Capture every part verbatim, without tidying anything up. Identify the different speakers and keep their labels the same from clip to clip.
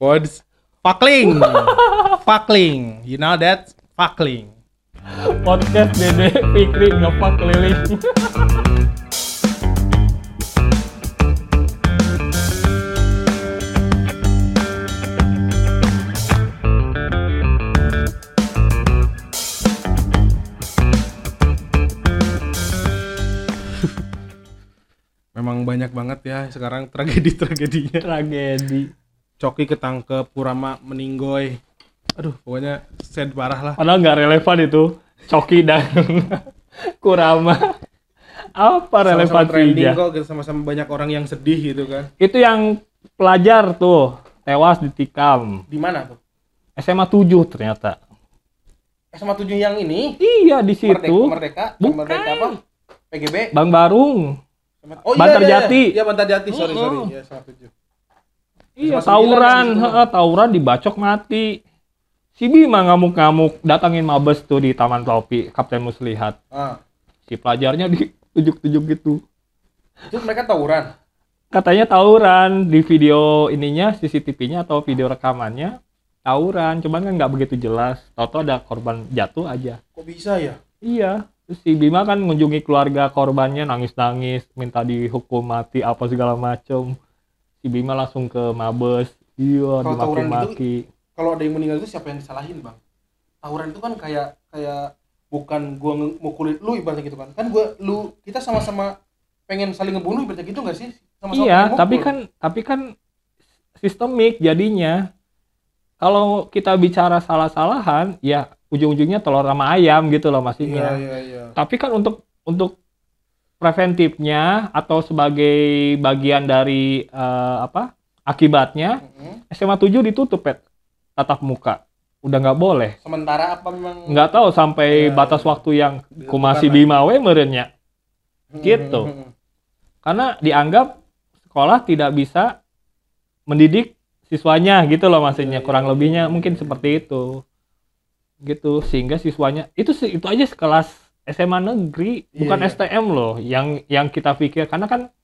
Speaker 1: Pods Fakling. Fakling. You know that? Fakling.
Speaker 2: Podcast Dede Fikri ngepak keliling.
Speaker 1: Memang banyak banget ya sekarang tragedi-tragedinya.
Speaker 2: Tragedi.
Speaker 1: Coki ketangkep, Kurama meninggoy. Aduh, pokoknya sad parah lah.
Speaker 2: Padahal nggak relevan itu. Coki dan Kurama. Apa
Speaker 1: Sama-sama trending
Speaker 2: relevansinya?
Speaker 1: kok, gitu, sama-sama banyak orang yang sedih gitu kan.
Speaker 2: Itu yang pelajar tuh tewas ditikam.
Speaker 1: Di mana tuh?
Speaker 2: S M A tujuh ternyata.
Speaker 1: S M A tujuh yang ini?
Speaker 2: Iya di situ.
Speaker 1: Merdeka, Merdeka,
Speaker 2: Bukan.
Speaker 1: Merdeka apa? P G B.
Speaker 2: Bang Barung.
Speaker 1: Oh iya,
Speaker 2: Bantar
Speaker 1: iya, iya.
Speaker 2: Jati.
Speaker 1: Iya, Bantar Jati. Sorry, sorry.
Speaker 2: Oh.
Speaker 1: Iya, S M A tujuh.
Speaker 2: Iya,
Speaker 1: S M A sembilan
Speaker 2: tawuran,
Speaker 1: di situ.
Speaker 2: heeh, tawuran dibacok mati. Si Bima ngamuk-ngamuk datangin Mabes tuh di Taman Topi, Kapten Muslihat.
Speaker 1: Ah.
Speaker 2: Si pelajarnya ditujuk-tujuk gitu.
Speaker 1: Itu mereka tawuran.
Speaker 2: Katanya tawuran di video ininya, C C T V-nya atau video rekamannya tawuran, cuman kan nggak begitu jelas. Tahu-tahu ada korban jatuh aja.
Speaker 1: Kok bisa ya?
Speaker 2: Iya, terus si Bima kan mengunjungi keluarga korbannya nangis-nangis, minta dihukum mati apa segala macem. Si Bima langsung ke Mabes, iya
Speaker 1: Kalau tawuran
Speaker 2: dimaki-maki.
Speaker 1: Kalau ada yang meninggal itu siapa yang disalahin, Bang? Tawuran itu kan kayak kayak bukan gua nge- mukulin lu ibaratnya gitu kan. Kan gua lu kita sama-sama pengen saling ngebunuh ibaratnya gitu enggak sih? Sama-sama
Speaker 2: Iya,
Speaker 1: pengen
Speaker 2: tapi
Speaker 1: mukul.
Speaker 2: kan tapi kan sistemik jadinya. Kalau kita bicara salah-salahan, ya ujung-ujungnya telur sama ayam gitu loh
Speaker 1: Iya,
Speaker 2: maksudnya.
Speaker 1: iya, iya.
Speaker 2: Tapi kan untuk untuk preventifnya atau sebagai bagian dari eh, apa? Akibatnya
Speaker 1: Mm-mm.
Speaker 2: S M A tujuh ditutup pet tatap muka. Udah nggak boleh.
Speaker 1: Sementara apa memang
Speaker 2: Nggak tahu sampai
Speaker 1: Iya,
Speaker 2: batas
Speaker 1: iya.
Speaker 2: waktu yang
Speaker 1: Ditentukan
Speaker 2: kumasi
Speaker 1: lah.
Speaker 2: Bima we merenya. gitu.
Speaker 1: Mm-mm.
Speaker 2: Karena dianggap sekolah tidak bisa mendidik siswanya gitu loh maksudnya,
Speaker 1: Iya,
Speaker 2: kurang
Speaker 1: iya,
Speaker 2: lebihnya
Speaker 1: iya,
Speaker 2: mungkin
Speaker 1: iya.
Speaker 2: seperti itu gitu, sehingga siswanya itu se- itu aja sekelas S M A negeri,
Speaker 1: Iya,
Speaker 2: bukan
Speaker 1: iya.
Speaker 2: S T M loh yang yang kita pikir. Karena kan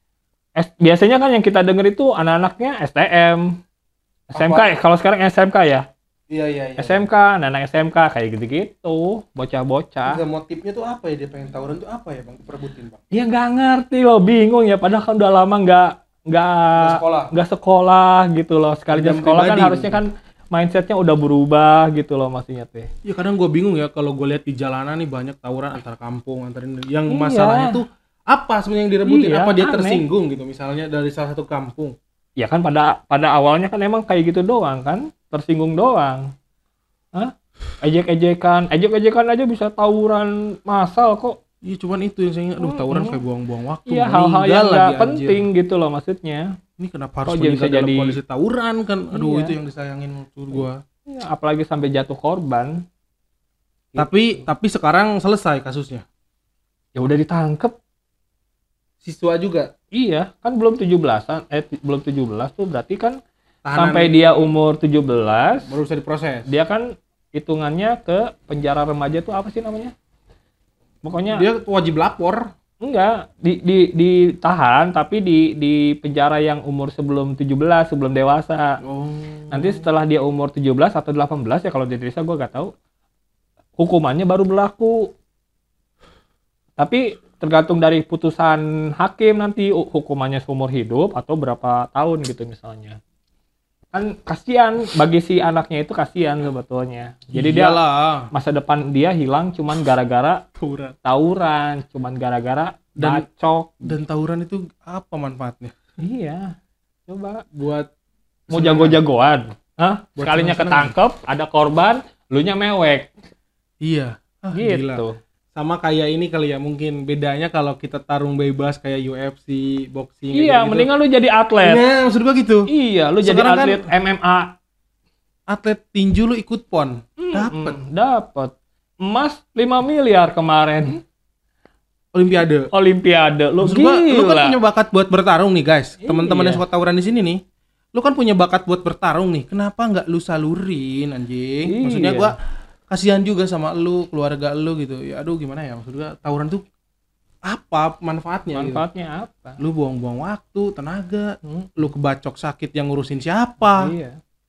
Speaker 2: S- biasanya kan yang kita dengar itu anak-anaknya S T M, S M K
Speaker 1: Apa?
Speaker 2: ya, kalau sekarang S M K ya,
Speaker 1: Iya, iya, iya.
Speaker 2: S M K, anak-anak S M K kayak gitu-gitu, bocah-bocah.
Speaker 1: Enggak, motifnya tuh apa ya, dia pengen tawuran tuh apa ya, Bang? Perebutin, Bang.
Speaker 2: Ya nggak ngerti loh, bingung ya, padahal kan udah lama nggak nggak
Speaker 1: Nggak sekolah.
Speaker 2: nggak sekolah gitu loh. Sekalinya
Speaker 1: Dendam
Speaker 2: sekolah kan
Speaker 1: pribadi
Speaker 2: harusnya
Speaker 1: mungkin.
Speaker 2: kan mindsetnya udah berubah gitu loh maksudnya teh.
Speaker 1: Ya kadang gue bingung ya kalau gue lihat di jalanan nih banyak tawuran antar kampung, antar ini. Yang
Speaker 2: Iya.
Speaker 1: masalahnya tuh apa sebenarnya yang direbutin?
Speaker 2: Iya,
Speaker 1: apa dia
Speaker 2: aneh.
Speaker 1: tersinggung gitu misalnya dari salah satu kampung?
Speaker 2: Ya kan pada pada awalnya kan emang kayak gitu doang kan, tersinggung doang. Hah? Ejek-ejekan, ejek-ejekan aja bisa tawuran massal kok.
Speaker 1: Iya cuman itu yang saya ingat, aduh tawuran
Speaker 2: Mm-mm.
Speaker 1: kayak buang-buang waktu.
Speaker 2: Iya, hal-hal
Speaker 1: meninggal
Speaker 2: yang nggak
Speaker 1: lagi, anjir.
Speaker 2: penting gitu loh maksudnya.
Speaker 1: Ini kenapa harus
Speaker 2: Kok jadi
Speaker 1: meninggal
Speaker 2: bisa
Speaker 1: dalam
Speaker 2: jadi-
Speaker 1: kondisi tawuran kan? Aduh
Speaker 2: Iya.
Speaker 1: itu yang disayangin menurut gua.
Speaker 2: Ya, apalagi sampai jatuh korban.
Speaker 1: Tapi tapi sekarang selesai kasusnya.
Speaker 2: Ya udah ditangkep.
Speaker 1: Siswa juga
Speaker 2: Iya, kan belum tujuh belasan, eh t- belum tujuh belas tuh berarti kan
Speaker 1: tahanan
Speaker 2: sampai dia umur tujuh belas,
Speaker 1: baru bisa diproses.
Speaker 2: dia kan hitungannya ke penjara remaja tuh apa sih namanya? Pokoknya
Speaker 1: Dia wajib lapor.
Speaker 2: enggak di, di ditahan tapi di di penjara yang umur sebelum tujuh belas, sebelum dewasa.
Speaker 1: Oh.
Speaker 2: Nanti setelah dia umur tujuh belas atau delapan belas ya kalau di Indonesia gua gak tahu. Hukumannya baru berlaku. Tapi tergantung dari putusan hakim nanti hu- hukumannya seumur hidup atau berapa tahun gitu misalnya. Kan kasihan bagi si anaknya itu, kasihan sebetulnya. Jadi dia
Speaker 1: Iyalah.
Speaker 2: masa depan dia hilang cuman gara-gara
Speaker 1: Tawuran.
Speaker 2: tawuran, cuman gara-gara
Speaker 1: Dan-
Speaker 2: bacok.
Speaker 1: Dan tawuran itu apa manfaatnya?
Speaker 2: Iya. Coba
Speaker 1: Buat
Speaker 2: mau
Speaker 1: senang.
Speaker 2: jago-jagoan. Hah?
Speaker 1: Buat
Speaker 2: Sekalinya
Speaker 1: senang-senang.
Speaker 2: ketangkep, ada korban, lu nya mewek.
Speaker 1: Iya. Ah, gila.
Speaker 2: Gitu.
Speaker 1: Sama kayak ini kali ya, mungkin bedanya kalau kita tarung bebas kayak U F C, boxing
Speaker 2: Iya,
Speaker 1: gitu.
Speaker 2: mendingan lu jadi atlet.
Speaker 1: Nah, maksud gua gitu.
Speaker 2: Iya, lu jadi
Speaker 1: Sekarang kan-
Speaker 2: atlet M M A.
Speaker 1: Atlet tinju lu ikut pon, dapet
Speaker 2: Mm, dapat emas lima miliar kemarin.
Speaker 1: olimpiade.
Speaker 2: Olimpiade. Lu
Speaker 1: Maksud gua, lu kan
Speaker 2: gila.
Speaker 1: punya bakat buat bertarung nih, guys. Teman-teman
Speaker 2: Iya.
Speaker 1: yang suka tawuran di sini nih. Lu kan punya bakat buat bertarung nih. Kenapa nggak lu salurin, anjing?
Speaker 2: Iya.
Speaker 1: Maksudnya gua kasihan juga sama lu, keluarga lu gitu. Ya aduh gimana ya? Maksud gua tawuran tuh apa manfaatnya gitu.
Speaker 2: Manfaatnya apa?
Speaker 1: Lu buang-buang waktu, tenaga,
Speaker 2: Hmm,
Speaker 1: lu kebacok sakit yang ngurusin siapa?
Speaker 2: Iya.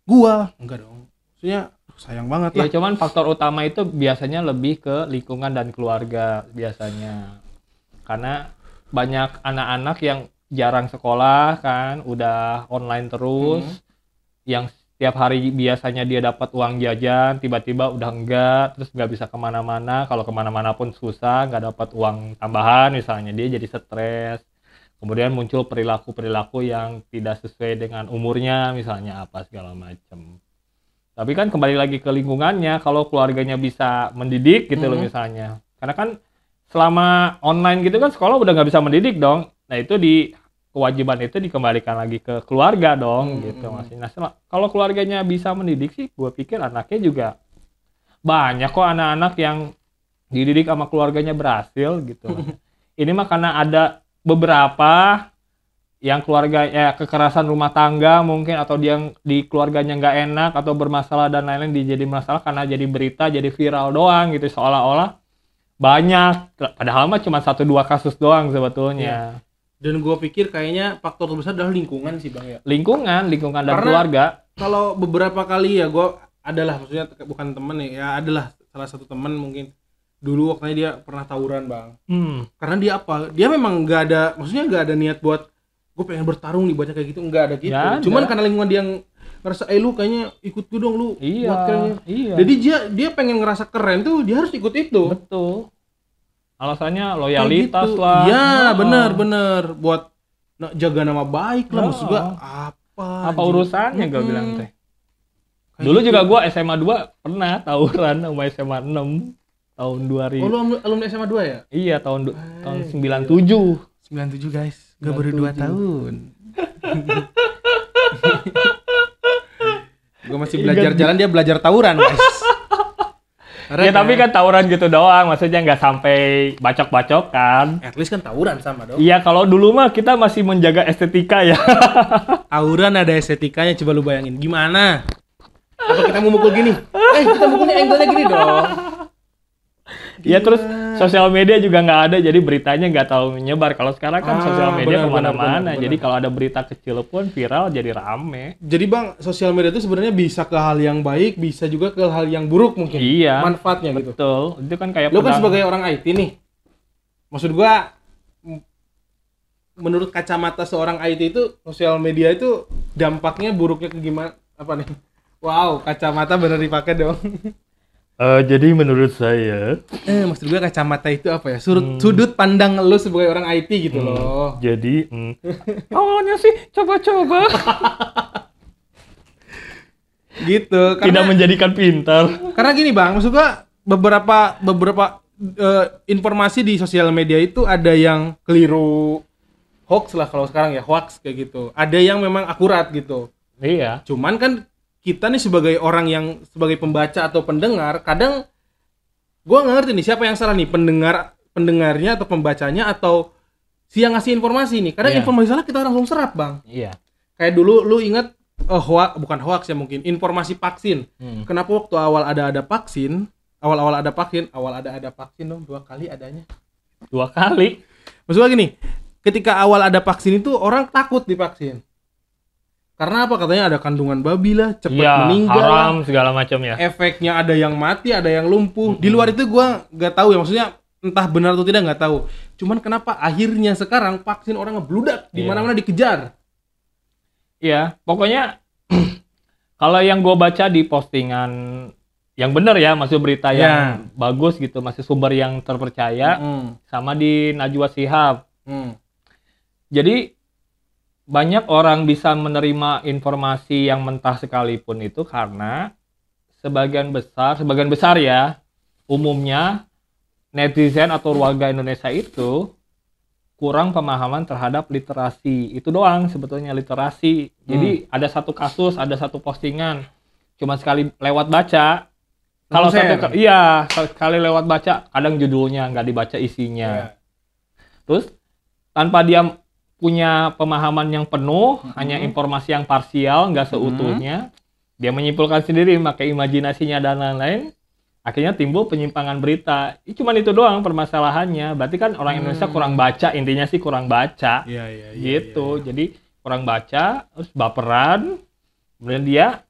Speaker 1: gua enggak dong, maksudnya sayang banget
Speaker 2: Ya
Speaker 1: lah.
Speaker 2: cuman faktor utama itu biasanya lebih ke lingkungan dan keluarga biasanya. Karena banyak anak-anak yang jarang sekolah kan, udah online terus,
Speaker 1: Hmm.
Speaker 2: yang setiap hari biasanya dia dapat uang jajan, tiba-tiba udah enggak, terus nggak bisa kemana-mana. Kalau kemana-mana pun susah, nggak dapat uang tambahan misalnya, dia jadi stres. Kemudian muncul perilaku-perilaku yang tidak sesuai dengan umurnya, misalnya apa segala macam. Tapi kan kembali lagi ke lingkungannya, kalau keluarganya bisa mendidik gitu loh
Speaker 1: Hmm.
Speaker 2: misalnya. Karena kan selama online gitu kan sekolah udah nggak bisa mendidik dong. Nah itu di kewajiban itu dikembalikan lagi ke keluarga dong
Speaker 1: Hmm.
Speaker 2: gitu maksudnya. Nah, sel- kalau keluarganya bisa mendidik sih, gue pikir anaknya juga banyak kok anak-anak yang dididik sama keluarganya berhasil gitu. Ini mah karena ada beberapa yang keluarga ya kekerasan rumah tangga mungkin, atau dia di keluarganya nggak enak atau bermasalah dan lain-lain, dia jadi masalah karena jadi berita, jadi viral doang gitu, seolah-olah banyak, padahal mah cuma satu dua kasus doang sebetulnya.
Speaker 1: Dan gua pikir kayaknya faktor terbesar adalah lingkungan sih bang ya.
Speaker 2: Lingkungan lingkungan dan
Speaker 1: Karena-
Speaker 2: keluarga.
Speaker 1: Kalau beberapa kali ya gua adalah, maksudnya bukan temen ya, ya adalah salah satu temen mungkin dulu waktunya dia pernah tawuran bang.
Speaker 2: Hmm.
Speaker 1: Karena dia apa? Dia memang nggak ada, maksudnya nggak ada niat buat gue pengen bertarung nih banyak kayak gitu, nggak ada gitu.
Speaker 2: Nggak ada.
Speaker 1: Cuman karena lingkungan dia yang ngerasa, eh lu kayaknya ikut gue dong lu.
Speaker 2: Iya,
Speaker 1: buat keren."
Speaker 2: iya.
Speaker 1: Jadi dia dia pengen ngerasa keren tuh, dia harus ikut itu.
Speaker 2: Betul. Alasannya
Speaker 1: Kayak
Speaker 2: loyalitas
Speaker 1: gitu.
Speaker 2: lah.
Speaker 1: Iya,
Speaker 2: Heeh.
Speaker 1: bener bener buat nah, jaga nama baik lah, maksud gua
Speaker 2: Heeh.
Speaker 1: apa?
Speaker 2: Apa
Speaker 1: anjing?
Speaker 2: urusannya gue
Speaker 1: Mm-mm.
Speaker 2: bilang teh.
Speaker 1: Kayak
Speaker 2: Dulu
Speaker 1: gitu.
Speaker 2: juga gue S M A dua pernah tawuran sama S M A enam tahun dua ribu.
Speaker 1: Oh lu alumni- alumni S M A dua ya?
Speaker 2: Iya tahun du-
Speaker 1: Hai,
Speaker 2: tahun sembilan tujuh.
Speaker 1: sembilan puluh tujuh guys, gue baru dua
Speaker 2: sembilan puluh tujuh.
Speaker 1: tahun. Gue masih belajar jalan, dia belajar tawuran guys. Karena
Speaker 2: Ya tapi kan tawuran gitu doang, maksudnya nggak sampai bacok-bacok kan.
Speaker 1: at least kan tawuran sama dong.
Speaker 2: Iya kalau dulu mah kita masih menjaga estetika ya.
Speaker 1: Tawuran ada estetikanya, coba lu bayangin gimana? Apa kita mau mukul gini? Eh kita mukulnya angle-nya gini dong.
Speaker 2: Iya terus sosial media juga nggak ada, jadi beritanya nggak tahu menyebar. Kalau sekarang kan
Speaker 1: Ah,
Speaker 2: sosial media
Speaker 1: benar, benar,
Speaker 2: kemana-mana,
Speaker 1: benar,
Speaker 2: jadi
Speaker 1: benar.
Speaker 2: kalau ada berita kecil pun viral jadi rame.
Speaker 1: Jadi bang, sosial media itu sebenarnya bisa ke hal yang baik, bisa juga ke hal yang buruk mungkin.
Speaker 2: Iya.
Speaker 1: Manfaatnya gitu.
Speaker 2: Betul, itu kan kayak
Speaker 1: Lu kan
Speaker 2: pedang-
Speaker 1: sebagai orang I T nih, maksud gua, m- menurut kacamata seorang I T itu sosial media itu dampaknya buruknya ke gimana? Apa nih? Wow, kacamata bener dipakai dong.
Speaker 2: Eh, jadi menurut saya,
Speaker 1: Eh, maksud gua kacamata itu apa ya? Sudut,
Speaker 2: Hmm.
Speaker 1: sudut pandang lu sebagai orang I T gitu loh.
Speaker 2: jadi hmm, awalnya sih coba-coba
Speaker 1: Gitu.
Speaker 2: tidak
Speaker 1: Karena
Speaker 2: menjadikan pintar.
Speaker 1: karena gini bang, maksud gua beberapa beberapa eh, informasi di sosial media itu ada yang keliru, hoax lah kalau sekarang ya, hoax kayak gitu. Ada yang memang akurat gitu.
Speaker 2: Iya.
Speaker 1: Cuman kan kita nih sebagai orang yang sebagai pembaca atau pendengar, kadang gua nggak ngerti nih siapa yang salah nih, pendengar pendengarnya atau pembacanya atau si yang ngasih informasi nih. Kadang
Speaker 2: Iya.
Speaker 1: informasi salah kita langsung serap bang.
Speaker 2: Iya.
Speaker 1: Kayak dulu lu ingat eh, hoax, bukan hoax ya mungkin, informasi vaksin.
Speaker 2: Hmm.
Speaker 1: Kenapa waktu awal ada ada vaksin, awal-awal ada vaksin, awal ada ada vaksin dong, dua kali adanya.
Speaker 2: Dua kali.
Speaker 1: Maksudnya gini, ketika awal ada vaksin itu orang takut divaksin. Karena apa? Katanya ada kandungan babi lah, cepat
Speaker 2: Iya,
Speaker 1: meninggal lah.
Speaker 2: haram segala macam ya.
Speaker 1: Efeknya ada yang mati, ada yang lumpuh. Di luar itu gua nggak tahu ya, maksudnya entah benar atau tidak nggak tahu. Cuman kenapa akhirnya sekarang vaksin orang ngebludak, di
Speaker 2: Iya.
Speaker 1: mana-mana dikejar.
Speaker 2: Iya, pokoknya kalau yang gue baca di postingan yang benar ya, masih berita yang bagus gitu, masih sumber yang terpercaya,
Speaker 1: Hmm.
Speaker 2: sama di Najwa Shihab.
Speaker 1: Hmm.
Speaker 2: Jadi banyak orang bisa menerima informasi yang mentah sekalipun itu karena sebagian besar, sebagian besar ya, umumnya netizen atau warga Indonesia itu kurang pemahaman terhadap literasi. Itu doang sebetulnya literasi. Jadi ada satu kasus, ada satu postingan, cuma sekali lewat baca. Kalau
Speaker 1: Langsung
Speaker 2: satu
Speaker 1: share.
Speaker 2: ke- iya, sekali lewat baca, kadang judulnya nggak dibaca isinya.
Speaker 1: Ya.
Speaker 2: Terus tanpa dia punya pemahaman yang penuh, hanya informasi yang parsial, nggak seutuhnya, dia menyimpulkan sendiri, pakai imajinasinya dan lain-lain, akhirnya timbul penyimpangan berita. Ih, cuman itu doang permasalahannya. Berarti kan orang Indonesia kurang baca, intinya sih kurang baca,
Speaker 1: Iya, iya, iya,
Speaker 2: gitu.
Speaker 1: iya.
Speaker 2: Jadi kurang baca, terus baperan, kemudian dia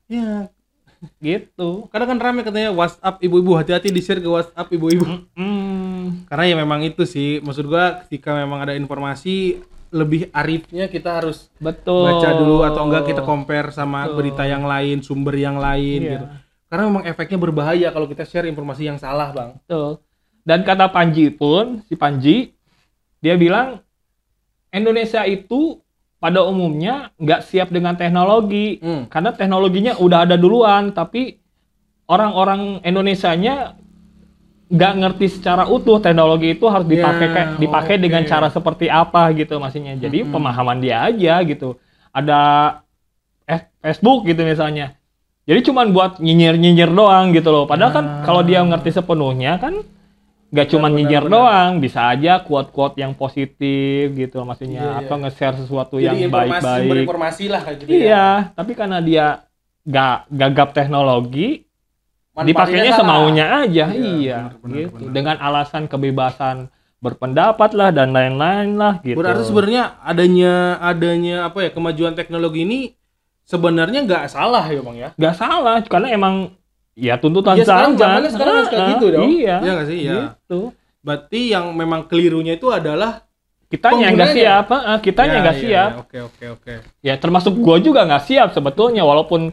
Speaker 1: Ya,
Speaker 2: gitu.
Speaker 1: kadang kan rame katanya WhatsApp ibu-ibu, hati-hati di-share ke WhatsApp ibu-ibu.
Speaker 2: Hmm,
Speaker 1: Karena ya memang itu sih, maksud gua ketika memang ada informasi lebih arifnya kita harus
Speaker 2: betul.
Speaker 1: baca dulu atau enggak kita compare sama
Speaker 2: Betul.
Speaker 1: berita yang lain, sumber yang lain
Speaker 2: Iya.
Speaker 1: gitu. Karena memang efeknya berbahaya kalau kita share informasi yang salah, Bang.
Speaker 2: Betul. Dan kata Panji pun, si Panji, dia bilang Indonesia itu pada umumnya nggak siap dengan teknologi.
Speaker 1: Hmm.
Speaker 2: Karena teknologinya udah ada duluan, tapi orang-orang Indonesianya nggak ngerti secara utuh teknologi itu harus dipakai
Speaker 1: Ya,
Speaker 2: kayak- dipakai
Speaker 1: oke.
Speaker 2: dengan cara seperti apa gitu maksudnya. Jadi
Speaker 1: Mm-mm.
Speaker 2: pemahaman dia aja gitu. Ada eh, Facebook gitu misalnya. Jadi cuman buat nyinyir-nyinyir doang gitu loh. Padahal kan
Speaker 1: Ah.
Speaker 2: kalau dia ngerti sepenuhnya kan nggak cuma
Speaker 1: Benar,
Speaker 2: nyinyir
Speaker 1: benar,
Speaker 2: doang, bisa aja quote-quote yang positif gitu maksudnya,
Speaker 1: Iya, iya.
Speaker 2: atau nge-share sesuatu
Speaker 1: Jadi
Speaker 2: yang
Speaker 1: informasi, sumber
Speaker 2: baik-baik.
Speaker 1: informasi lah kayak gitu ya.
Speaker 2: Iya, tapi karena dia nggak gagap teknologi,
Speaker 1: Manfaatnya
Speaker 2: dipakainya
Speaker 1: salah.
Speaker 2: semaunya aja,
Speaker 1: Iya,
Speaker 2: iya,
Speaker 1: benar, benar,
Speaker 2: gitu.
Speaker 1: benar.
Speaker 2: Dengan alasan kebebasan berpendapat lah dan lain-lain lah gitu.
Speaker 1: Berarti sebenarnya adanya adanya apa ya kemajuan teknologi ini sebenarnya nggak salah ya, Bang ya.
Speaker 2: Nggak salah, karena emang ya tuntutan
Speaker 1: Iya, sekarang
Speaker 2: zaman.
Speaker 1: zamannya sekarang harus kayak
Speaker 2: Ah,
Speaker 1: gitu dong.
Speaker 2: Iya,
Speaker 1: Iya nggak sih? Iya.
Speaker 2: gitu.
Speaker 1: Berarti yang memang kelirunya itu adalah
Speaker 2: Kitanya nggak
Speaker 1: Penggunanya.
Speaker 2: siap, ah, kitanya
Speaker 1: Ya,
Speaker 2: nggak
Speaker 1: iya,
Speaker 2: siap.
Speaker 1: iya. Oke, oke, oke.
Speaker 2: Ya termasuk gua juga nggak siap sebetulnya, walaupun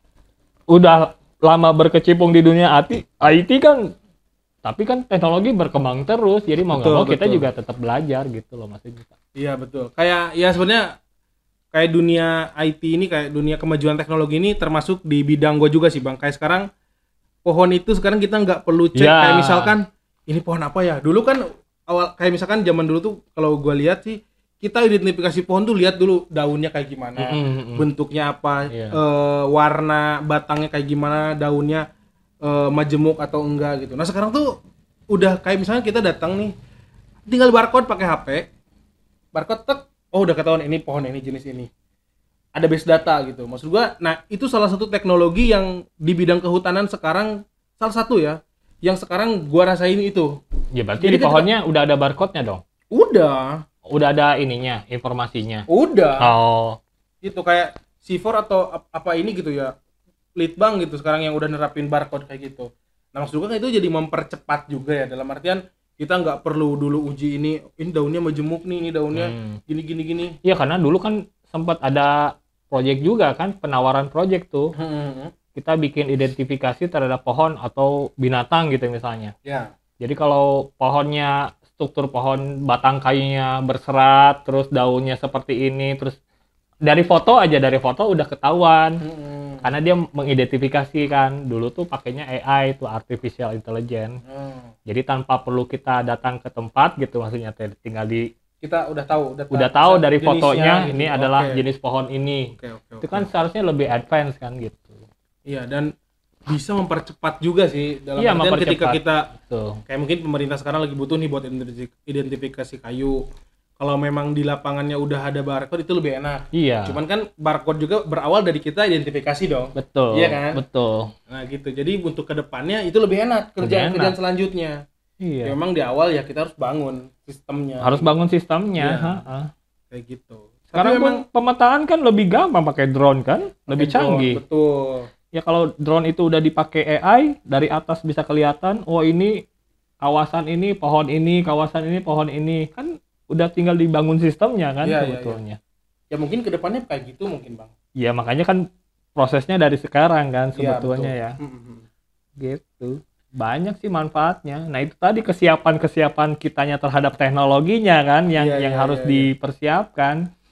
Speaker 2: udah lama berkecimpung di dunia I T, I T kan, tapi kan teknologi berkembang terus, jadi mau nggak
Speaker 1: Betul,
Speaker 2: mau kita
Speaker 1: betul.
Speaker 2: juga tetap belajar gitu loh maksudnya.
Speaker 1: Iya, betul. Kayak ya sebenarnya kayak dunia I T ini, kayak dunia kemajuan teknologi ini termasuk di bidang gue juga sih, Bang. Kayak sekarang pohon itu sekarang kita nggak perlu cek
Speaker 2: Ya.
Speaker 1: kayak misalkan ini pohon apa ya. Dulu kan awal kayak misalkan zaman dulu tuh kalau gue lihat sih kita identifikasi pohon tuh lihat dulu daunnya kayak gimana,
Speaker 2: Mm-mm.
Speaker 1: bentuknya apa,
Speaker 2: Iya.
Speaker 1: eh, warna batangnya kayak gimana, daunnya eh, majemuk atau enggak gitu. Nah sekarang tuh udah kayak misalnya kita datang nih, tinggal barcode pakai H P, barcode tek, oh udah ketahuan ini pohon ini jenis ini. Ada base data gitu. Maksud gua, nah itu salah satu teknologi yang di bidang kehutanan sekarang salah satu ya, yang sekarang gua rasain itu.
Speaker 2: Ya berarti
Speaker 1: Jadi
Speaker 2: di
Speaker 1: ketika-
Speaker 2: pohonnya udah ada barcode-nya dong,
Speaker 1: Udah,
Speaker 2: udah ada ininya, informasinya.
Speaker 1: udah.
Speaker 2: Oh,
Speaker 1: Gitu kayak C four atau ap- apa ini gitu ya, Litbang gitu sekarang yang udah nerapin barcode kayak gitu. Nah maksud gua kan itu jadi mempercepat juga ya, dalam artian kita nggak perlu dulu uji ini, ini daunnya majemuk nih, ini daunnya
Speaker 2: Hmm.
Speaker 1: gini gini gini.
Speaker 2: Iya karena dulu kan sempat ada project juga kan, penawaran project tuh.
Speaker 1: Hmm,
Speaker 2: Kita bikin identifikasi terhadap pohon atau binatang gitu misalnya.
Speaker 1: ya.
Speaker 2: Jadi kalau pohonnya, struktur pohon, batang kayunya berserat, terus daunnya seperti ini, terus dari foto aja, dari foto udah ketahuan.
Speaker 1: Hmm.
Speaker 2: Karena dia mengidentifikasi kan, dulu tuh pakainya A I, itu Artificial Intelligence.
Speaker 1: Hmm.
Speaker 2: Jadi tanpa perlu kita datang ke tempat gitu, maksudnya tinggal di
Speaker 1: Kita udah tahu, udah,
Speaker 2: udah
Speaker 1: ta-
Speaker 2: tahu
Speaker 1: bisa
Speaker 2: dari
Speaker 1: jenisnya
Speaker 2: fotonya
Speaker 1: gitu.
Speaker 2: ini adalah
Speaker 1: Oke.
Speaker 2: jenis pohon ini.
Speaker 1: Oke, oke,
Speaker 2: Itu
Speaker 1: oke.
Speaker 2: kan seharusnya lebih advance kan gitu.
Speaker 1: Iya, dan bisa mempercepat juga sih dalam
Speaker 2: Iya,
Speaker 1: artian ketika
Speaker 2: mempercepat.
Speaker 1: kita
Speaker 2: Tuh.
Speaker 1: kayak mungkin pemerintah sekarang lagi butuh nih buat identifi- identifikasi kayu. Kalau memang di lapangannya udah ada barcode itu lebih enak.
Speaker 2: Iya.
Speaker 1: Cuman kan barcode juga berawal dari kita identifikasi dong.
Speaker 2: Betul.
Speaker 1: Iya kan?
Speaker 2: Betul.
Speaker 1: Nah gitu. Jadi untuk kedepannya itu lebih enak kerjaan-kerjaan
Speaker 2: enak.
Speaker 1: selanjutnya.
Speaker 2: Iya.
Speaker 1: Ya, memang di awal ya kita harus bangun sistemnya.
Speaker 2: Harus bangun sistemnya.
Speaker 1: Iya.
Speaker 2: ha-ha.
Speaker 1: kayak gitu.
Speaker 2: Sekarang
Speaker 1: Tapi memang
Speaker 2: pun pemetaan kan lebih gampang pakai drone kan, lebih
Speaker 1: pakai drone,
Speaker 2: canggih.
Speaker 1: Betul.
Speaker 2: Ya kalau drone itu udah dipakai A I, dari atas bisa kelihatan, oh ini kawasan ini, pohon ini, kawasan ini, pohon ini, kan udah tinggal dibangun sistemnya kan
Speaker 1: Iya, iya,
Speaker 2: sebetulnya.
Speaker 1: Ya mungkin kedepannya kayak gitu mungkin bang.
Speaker 2: Ya makanya kan prosesnya dari sekarang kan
Speaker 1: Iya,
Speaker 2: sebetulnya
Speaker 1: betul.
Speaker 2: ya.
Speaker 1: Mm-mm.
Speaker 2: Gitu. Banyak sih manfaatnya. Nah, itu tadi kesiapan-kesiapan kitanya terhadap teknologinya kan yang
Speaker 1: Iya,
Speaker 2: yang
Speaker 1: iya,
Speaker 2: harus
Speaker 1: iya, iya.
Speaker 2: dipersiapkan.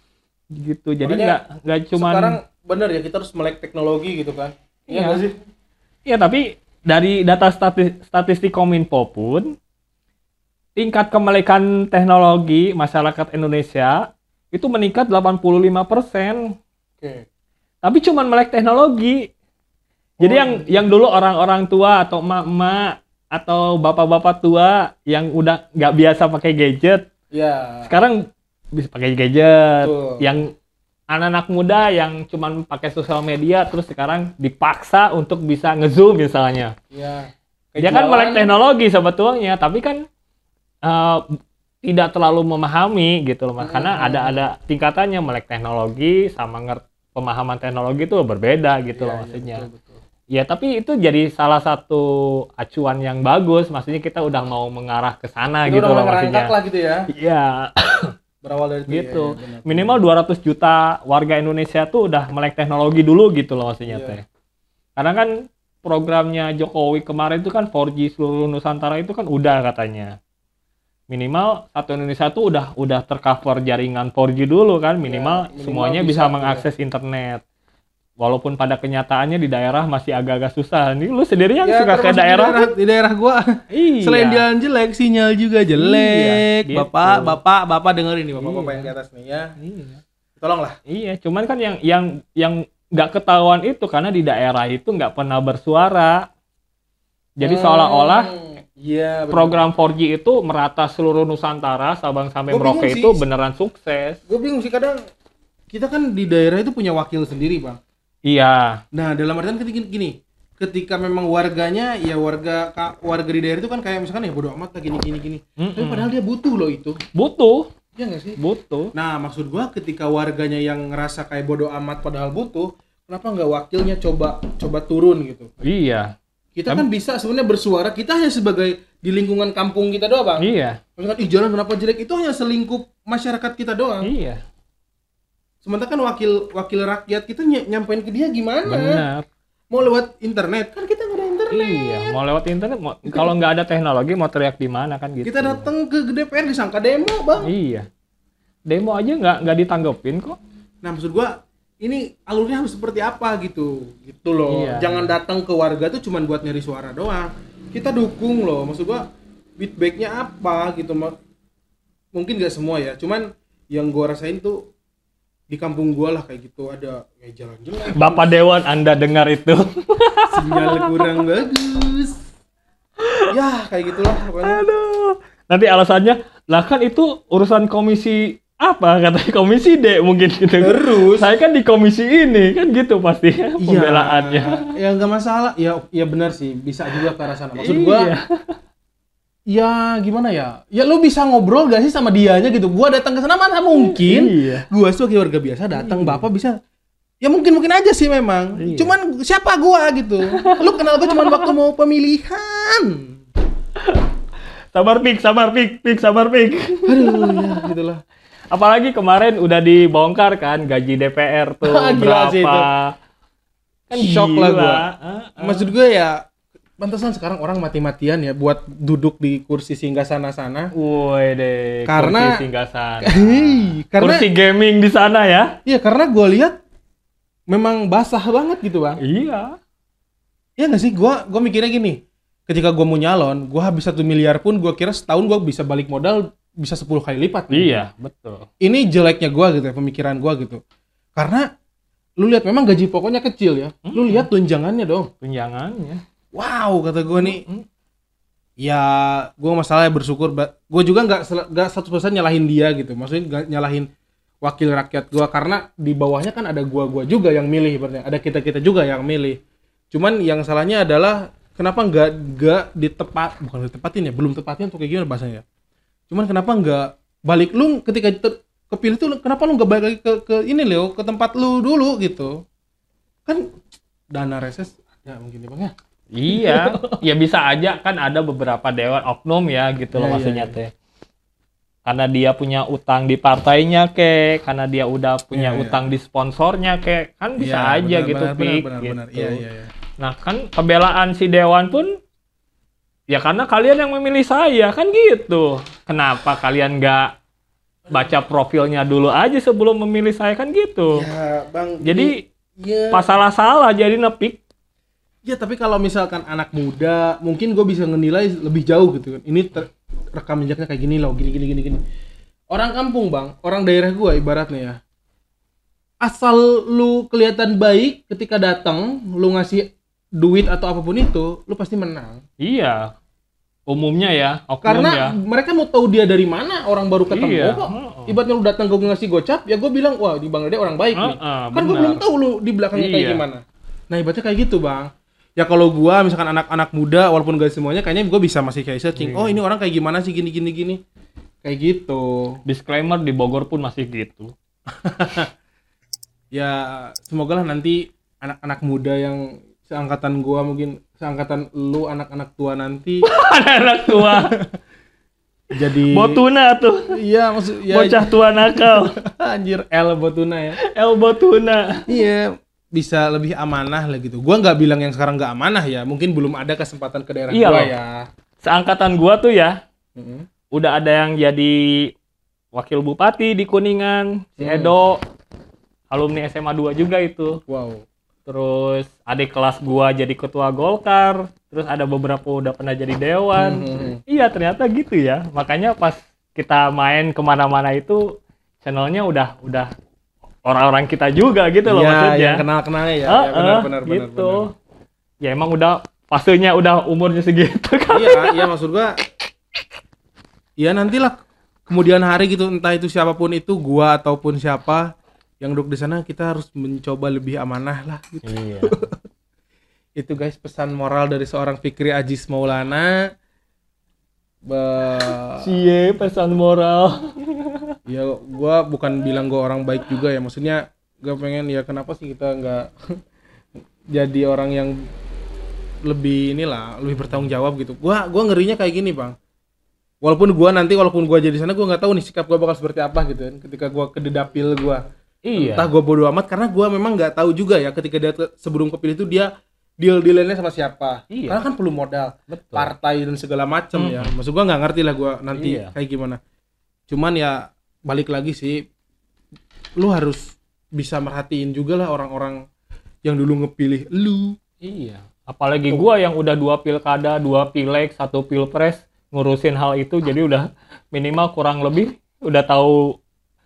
Speaker 2: Gitu. Jadi
Speaker 1: Makanya
Speaker 2: nggak nggak cuman
Speaker 1: Sekarang bener ya kita harus melek teknologi gitu kan. Iya
Speaker 2: Iya.
Speaker 1: nggak sih?
Speaker 2: ya tapi dari data stati- statistik Kominfo pun tingkat kemelekan teknologi masyarakat Indonesia itu meningkat delapan puluh lima persen.
Speaker 1: Oke.
Speaker 2: Tapi cuman melek teknologi. Jadi
Speaker 1: Oh,
Speaker 2: yang yang dulu orang-orang tua atau emak-emak atau bapak-bapak tua yang udah nggak biasa pakai gadget,
Speaker 1: Ya.
Speaker 2: sekarang bisa pakai gadget.
Speaker 1: Betul.
Speaker 2: Yang anak-anak muda yang cuman pakai sosial media terus sekarang dipaksa untuk bisa nge-zoom misalnya.
Speaker 1: Ya.
Speaker 2: Dia kan melek teknologi sebetulnya, tapi kan eh, tidak terlalu memahami gitu loh, Mas. Karena
Speaker 1: Hmm.
Speaker 2: ada ada tingkatannya melek teknologi sama ngerti pemahaman teknologi itu berbeda gitu
Speaker 1: Iya,
Speaker 2: loh
Speaker 1: iya,
Speaker 2: maksudnya.
Speaker 1: betul, betul.
Speaker 2: Ya tapi itu jadi salah satu acuan yang bagus, maksudnya kita udah mau mengarah ke sana
Speaker 1: Kita
Speaker 2: gitu
Speaker 1: udah
Speaker 2: loh
Speaker 1: mulai
Speaker 2: maksudnya.
Speaker 1: ngerangkak lah gitu ya.
Speaker 2: Iya,
Speaker 1: Berawal dari itu,
Speaker 2: gitu.
Speaker 1: ya, ya, benar.
Speaker 2: Minimal dua ratus juta warga Indonesia tuh udah melek teknologi dulu gitu loh maksudnya
Speaker 1: Iya.
Speaker 2: teh. Karena kan programnya Jokowi kemarin itu kan four G seluruh Nusantara itu kan udah katanya. Minimal satu Indonesia tuh udah udah tercover jaringan four G dulu kan, minimal,
Speaker 1: Ya, minimal
Speaker 2: semuanya
Speaker 1: bisa
Speaker 2: bisa,
Speaker 1: gitu
Speaker 2: mengakses internet. Walaupun pada kenyataannya di daerah masih agak-agak susah. Nih lu sendiri yang
Speaker 1: Ya,
Speaker 2: suka ke
Speaker 1: termasuk
Speaker 2: daerah,
Speaker 1: di daerah, di daerah gua.
Speaker 2: Iya.
Speaker 1: Selain jalan jelek, sinyal juga jelek.
Speaker 2: Iya, gitu.
Speaker 1: Bapak, bapak, bapak dengerin nih, bapak-bapak
Speaker 2: Iya.
Speaker 1: yang di atas nih ya.
Speaker 2: Iya.
Speaker 1: Tolonglah.
Speaker 2: Iya, cuman kan yang yang yang nggak ketahuan itu karena di daerah itu nggak pernah bersuara. Jadi
Speaker 1: Hmm,
Speaker 2: seolah-olah
Speaker 1: iya, bener.
Speaker 2: program four G itu merata seluruh Nusantara, Sabang sampai
Speaker 1: Gua
Speaker 2: Merauke
Speaker 1: bingung
Speaker 2: itu
Speaker 1: sih.
Speaker 2: beneran sukses.
Speaker 1: Gue bingung sih kadang kita kan di daerah itu punya wakil sendiri, Bang.
Speaker 2: Iya,
Speaker 1: Nah, dalam artian ketika gini, ketika memang warganya ya warga ka- warga di daerah itu kan kayak misalkan ya bodo amat lah gini gini gini. Tapi
Speaker 2: Mm-mm.
Speaker 1: padahal dia butuh loh itu.
Speaker 2: butuh,
Speaker 1: Iya nggak sih?
Speaker 2: butuh.
Speaker 1: Nah, maksud gua ketika warganya yang ngerasa kayak bodo amat padahal butuh, kenapa nggak wakilnya coba coba turun gitu?
Speaker 2: Iya,
Speaker 1: Kita kan bisa sebenarnya bersuara, kita hanya sebagai di lingkungan kampung kita doang, Bang.
Speaker 2: iya,
Speaker 1: Misalkan ih jalan kenapa jelek, itu hanya selingkup masyarakat kita doang.
Speaker 2: iya.
Speaker 1: Sementara kan wakil wakil rakyat kita ny- nyampein ke dia gimana?
Speaker 2: Benar.
Speaker 1: Mau lewat internet, kan kita nggak ada internet.
Speaker 2: Iya, mau lewat internet, mau, kalau nggak ada teknologi mau teriak di mana kan gitu.
Speaker 1: Kita datang ke D P R disangka demo, Bang.
Speaker 2: Iya. Demo aja nggak nggak ditanggepin kok.
Speaker 1: Nah, maksud gua ini alurnya harus seperti apa gitu. Gitu loh.
Speaker 2: Iya.
Speaker 1: Jangan datang ke warga tuh cuman buat nyari suara doang. Kita dukung loh. Maksud gua feedbacknya apa gitu. Ma- Mungkin nggak semua ya. Cuman yang gua rasain tuh di kampung gua lah kayak gitu ada ya jalan jelek.
Speaker 2: Bapak Dewan, Anda dengar itu?
Speaker 1: Sinyal kurang bagus. Ya, kayak gitulah pokoknya.
Speaker 2: Aduh. Nanti alasannya, lah kan itu urusan komisi apa? Katanya komisi D mungkin gitu.
Speaker 1: Terus
Speaker 2: Saya kan di komisi ini, kan gitu pasti pembelaannya.
Speaker 1: Ya nggak masalah. Ya ya benar sih, bisa juga ke arah sana. Maksud gua
Speaker 2: Iya.
Speaker 1: ya gimana ya? Ya lu bisa ngobrol gak sih sama dianya gitu. Gua datang ke sana mana mungkin.
Speaker 2: Iya.
Speaker 1: Gua sebagai warga biasa datang, Bapak bisa ya mungkin-mungkin aja sih memang.
Speaker 2: Iya.
Speaker 1: Cuman siapa gua gitu. Lu kenal gua cuman waktu mau pemilihan.
Speaker 2: Sabar pik, sabar pik, pik, sabar pik.
Speaker 1: Aduh, ya gitulah.
Speaker 2: Apalagi kemarin udah dibongkar kan gaji D P R tuh
Speaker 1: Gila
Speaker 2: berapa.
Speaker 1: sih itu.
Speaker 2: Kan
Speaker 1: Shock lah
Speaker 2: gila.
Speaker 1: gua.
Speaker 2: Heeh.
Speaker 1: Maksud gue ya pantesan sekarang orang mati-matian ya buat duduk di kursi singgah sana-sana.
Speaker 2: Woi deh,
Speaker 1: Karena-
Speaker 2: kursi singgah sana.
Speaker 1: Hei, karena
Speaker 2: Kursi gaming di sana ya?
Speaker 1: iya karena gue lihat memang basah banget gitu, Bang.
Speaker 2: Iya.
Speaker 1: Iya nggak sih? Gua gua mikirnya gini, ketika gua mau nyalon, gua habis satu miliar pun gua kira setahun gua bisa balik modal bisa sepuluh kali lipat.
Speaker 2: Iya, betul.
Speaker 1: Ini jeleknya gua gitu ya, pemikiran gua gitu. Karena lu lihat memang gaji pokoknya kecil ya. Lu lihat tunjangannya dong.
Speaker 2: Tunjangannya.
Speaker 1: Wow, kata gua nih.
Speaker 2: Mm.
Speaker 1: Ya, gua masalahnya bersyukur. ba- Gua juga nggak sel- nggak seratus persen nyalahin dia gitu. Maksudnya nggak nyalahin wakil rakyat gua karena di bawahnya kan ada gua-gua juga yang milih ibaratnya. Ada kita-kita juga yang milih. Cuman yang salahnya adalah kenapa nggak nggak ditepat bukan ditepatin ya, belum tepatin atau kayak gimana bahasanya. Cuman kenapa nggak balik lu ketika ter- kepilih tuh kenapa lu nggak balik lagi ke ke ini Leo, ke tempat lu dulu gitu. Kan dana reses ada mungkin ya, Bang ya.
Speaker 2: Iya, ya bisa aja kan ada beberapa dewan oknum ya gitu loh
Speaker 1: Iya, iya,
Speaker 2: maksudnya
Speaker 1: iya.
Speaker 2: teh. Karena dia punya utang di partainya kek, karena dia udah punya
Speaker 1: Iya, iya.
Speaker 2: utang di sponsornya kek, kan bisa
Speaker 1: Iya,
Speaker 2: aja
Speaker 1: benar,
Speaker 2: gitu
Speaker 1: benar,
Speaker 2: Pik,
Speaker 1: benar,
Speaker 2: gitu.
Speaker 1: benar. Iya, iya, iya.
Speaker 2: Nah kan pembelaan si Dewan pun ya karena kalian yang memilih saya kan gitu. Kenapa kalian nggak baca profilnya dulu aja sebelum memilih saya kan gitu.
Speaker 1: Ya, Bang.
Speaker 2: Jadi
Speaker 1: ya.
Speaker 2: pas salah-salah jadi nepik.
Speaker 1: Ya tapi kalau misalkan anak muda, mungkin gue bisa menilai lebih jauh gitu kan. Ini ter- rekam jejaknya kayak gini loh, gini gini gini gini. Orang kampung, Bang, orang daerah gue ibaratnya ya. Asal lu kelihatan baik ketika datang, lu ngasih duit atau apapun itu, lu pasti menang.
Speaker 2: Iya. Umumnya ya, oknum
Speaker 1: Karena
Speaker 2: ya.
Speaker 1: mereka mau tahu dia dari mana, orang baru ketemu
Speaker 2: Iya,
Speaker 1: kok.
Speaker 2: heeh.
Speaker 1: Ibaratnya lu datang gue ngasih gocap, ya gue bilang, wah di Bang Dede orang baik nih.
Speaker 2: Heeh,
Speaker 1: Kan gue
Speaker 2: benar.
Speaker 1: belum tahu lu di belakangnya kayak
Speaker 2: Iya.
Speaker 1: gimana. Nah ibaratnya kayak gitu, Bang. Ya kalau gua misalkan anak-anak muda walaupun gak semuanya kayaknya gua bisa masih kayak searching.
Speaker 2: Iya.
Speaker 1: Oh, ini orang kayak gimana sih gini gini gini. Kayak gitu.
Speaker 2: Disclaimer di Bogor pun masih gitu.
Speaker 1: Ya semoga lah nanti anak-anak muda yang seangkatan gua, mungkin seangkatan lu, anak-anak tua nanti
Speaker 2: Anak tua.
Speaker 1: jadi
Speaker 2: Botuna tuh.
Speaker 1: iya maksud ya
Speaker 2: Bocah tua nakal.
Speaker 1: anjir L Botuna ya.
Speaker 2: El Botuna.
Speaker 1: Iya, bisa lebih amanah lah gitu. Gua nggak bilang yang sekarang nggak amanah ya, mungkin belum ada kesempatan ke daerah
Speaker 2: Iya
Speaker 1: gua
Speaker 2: loh.
Speaker 1: ya.
Speaker 2: Seangkatan gua tuh ya,
Speaker 1: Mm-mm.
Speaker 2: udah ada yang jadi wakil bupati di Kuningan, si
Speaker 1: Hmm.
Speaker 2: Edo. Alumni S M A dua juga itu.
Speaker 1: Wow.
Speaker 2: Terus adik kelas gua jadi ketua Golkar. Terus ada beberapa udah pernah jadi dewan.
Speaker 1: Hmm.
Speaker 2: Iya ternyata gitu ya. Makanya pas kita main kemana-mana itu channelnya udah udah orang-orang kita juga gitu loh
Speaker 1: Iya,
Speaker 2: maksudnya.
Speaker 1: yang kenal-kenalnya ya.
Speaker 2: Ah,
Speaker 1: Ya, benar,
Speaker 2: ah,
Speaker 1: benar, benar,
Speaker 2: gitu.
Speaker 1: benar.
Speaker 2: Ya emang udah fasenya udah umurnya segitu kan.
Speaker 1: Iya, iya maksud gua. Ya nantilah kemudian hari gitu, entah itu siapapun itu, gua ataupun siapa yang duduk di sana, kita harus mencoba lebih amanah lah gitu.
Speaker 2: Iya.
Speaker 1: Itu guys pesan moral dari seorang Fikri Aziz Maulana. Ba-
Speaker 2: Cie pesan moral.
Speaker 1: ya gua bukan bilang gua orang baik juga ya, maksudnya gua pengen ya kenapa sih kita nggak jadi orang yang lebih inilah, lebih bertanggung jawab gitu. Gua gua ngerinya kayak gini bang, walaupun gua nanti walaupun gua jadi sana, gua nggak tahu nih sikap gua bakal seperti apa gitu kan ketika gua ke dapil gua.
Speaker 2: Iya.
Speaker 1: Entah gua bodo amat karena gua memang nggak tahu juga ya ketika dia ke- sebelum kepilih itu dia deal dealannya sama siapa.
Speaker 2: Iya.
Speaker 1: Karena kan perlu modal,
Speaker 2: Betul.
Speaker 1: partai dan segala macam
Speaker 2: Hmm.
Speaker 1: ya. Maksud gua nggak ngerti lah gua nanti
Speaker 2: Iya.
Speaker 1: kayak gimana. Cuman ya balik lagi sih, lu harus bisa merhatiin juga lah orang-orang yang dulu ngepilih lu.
Speaker 2: Iya. Apalagi gua yang udah dua pilkada, dua pileg, satu pilpres ngurusin hal itu, jadi udah minimal kurang lebih udah tahu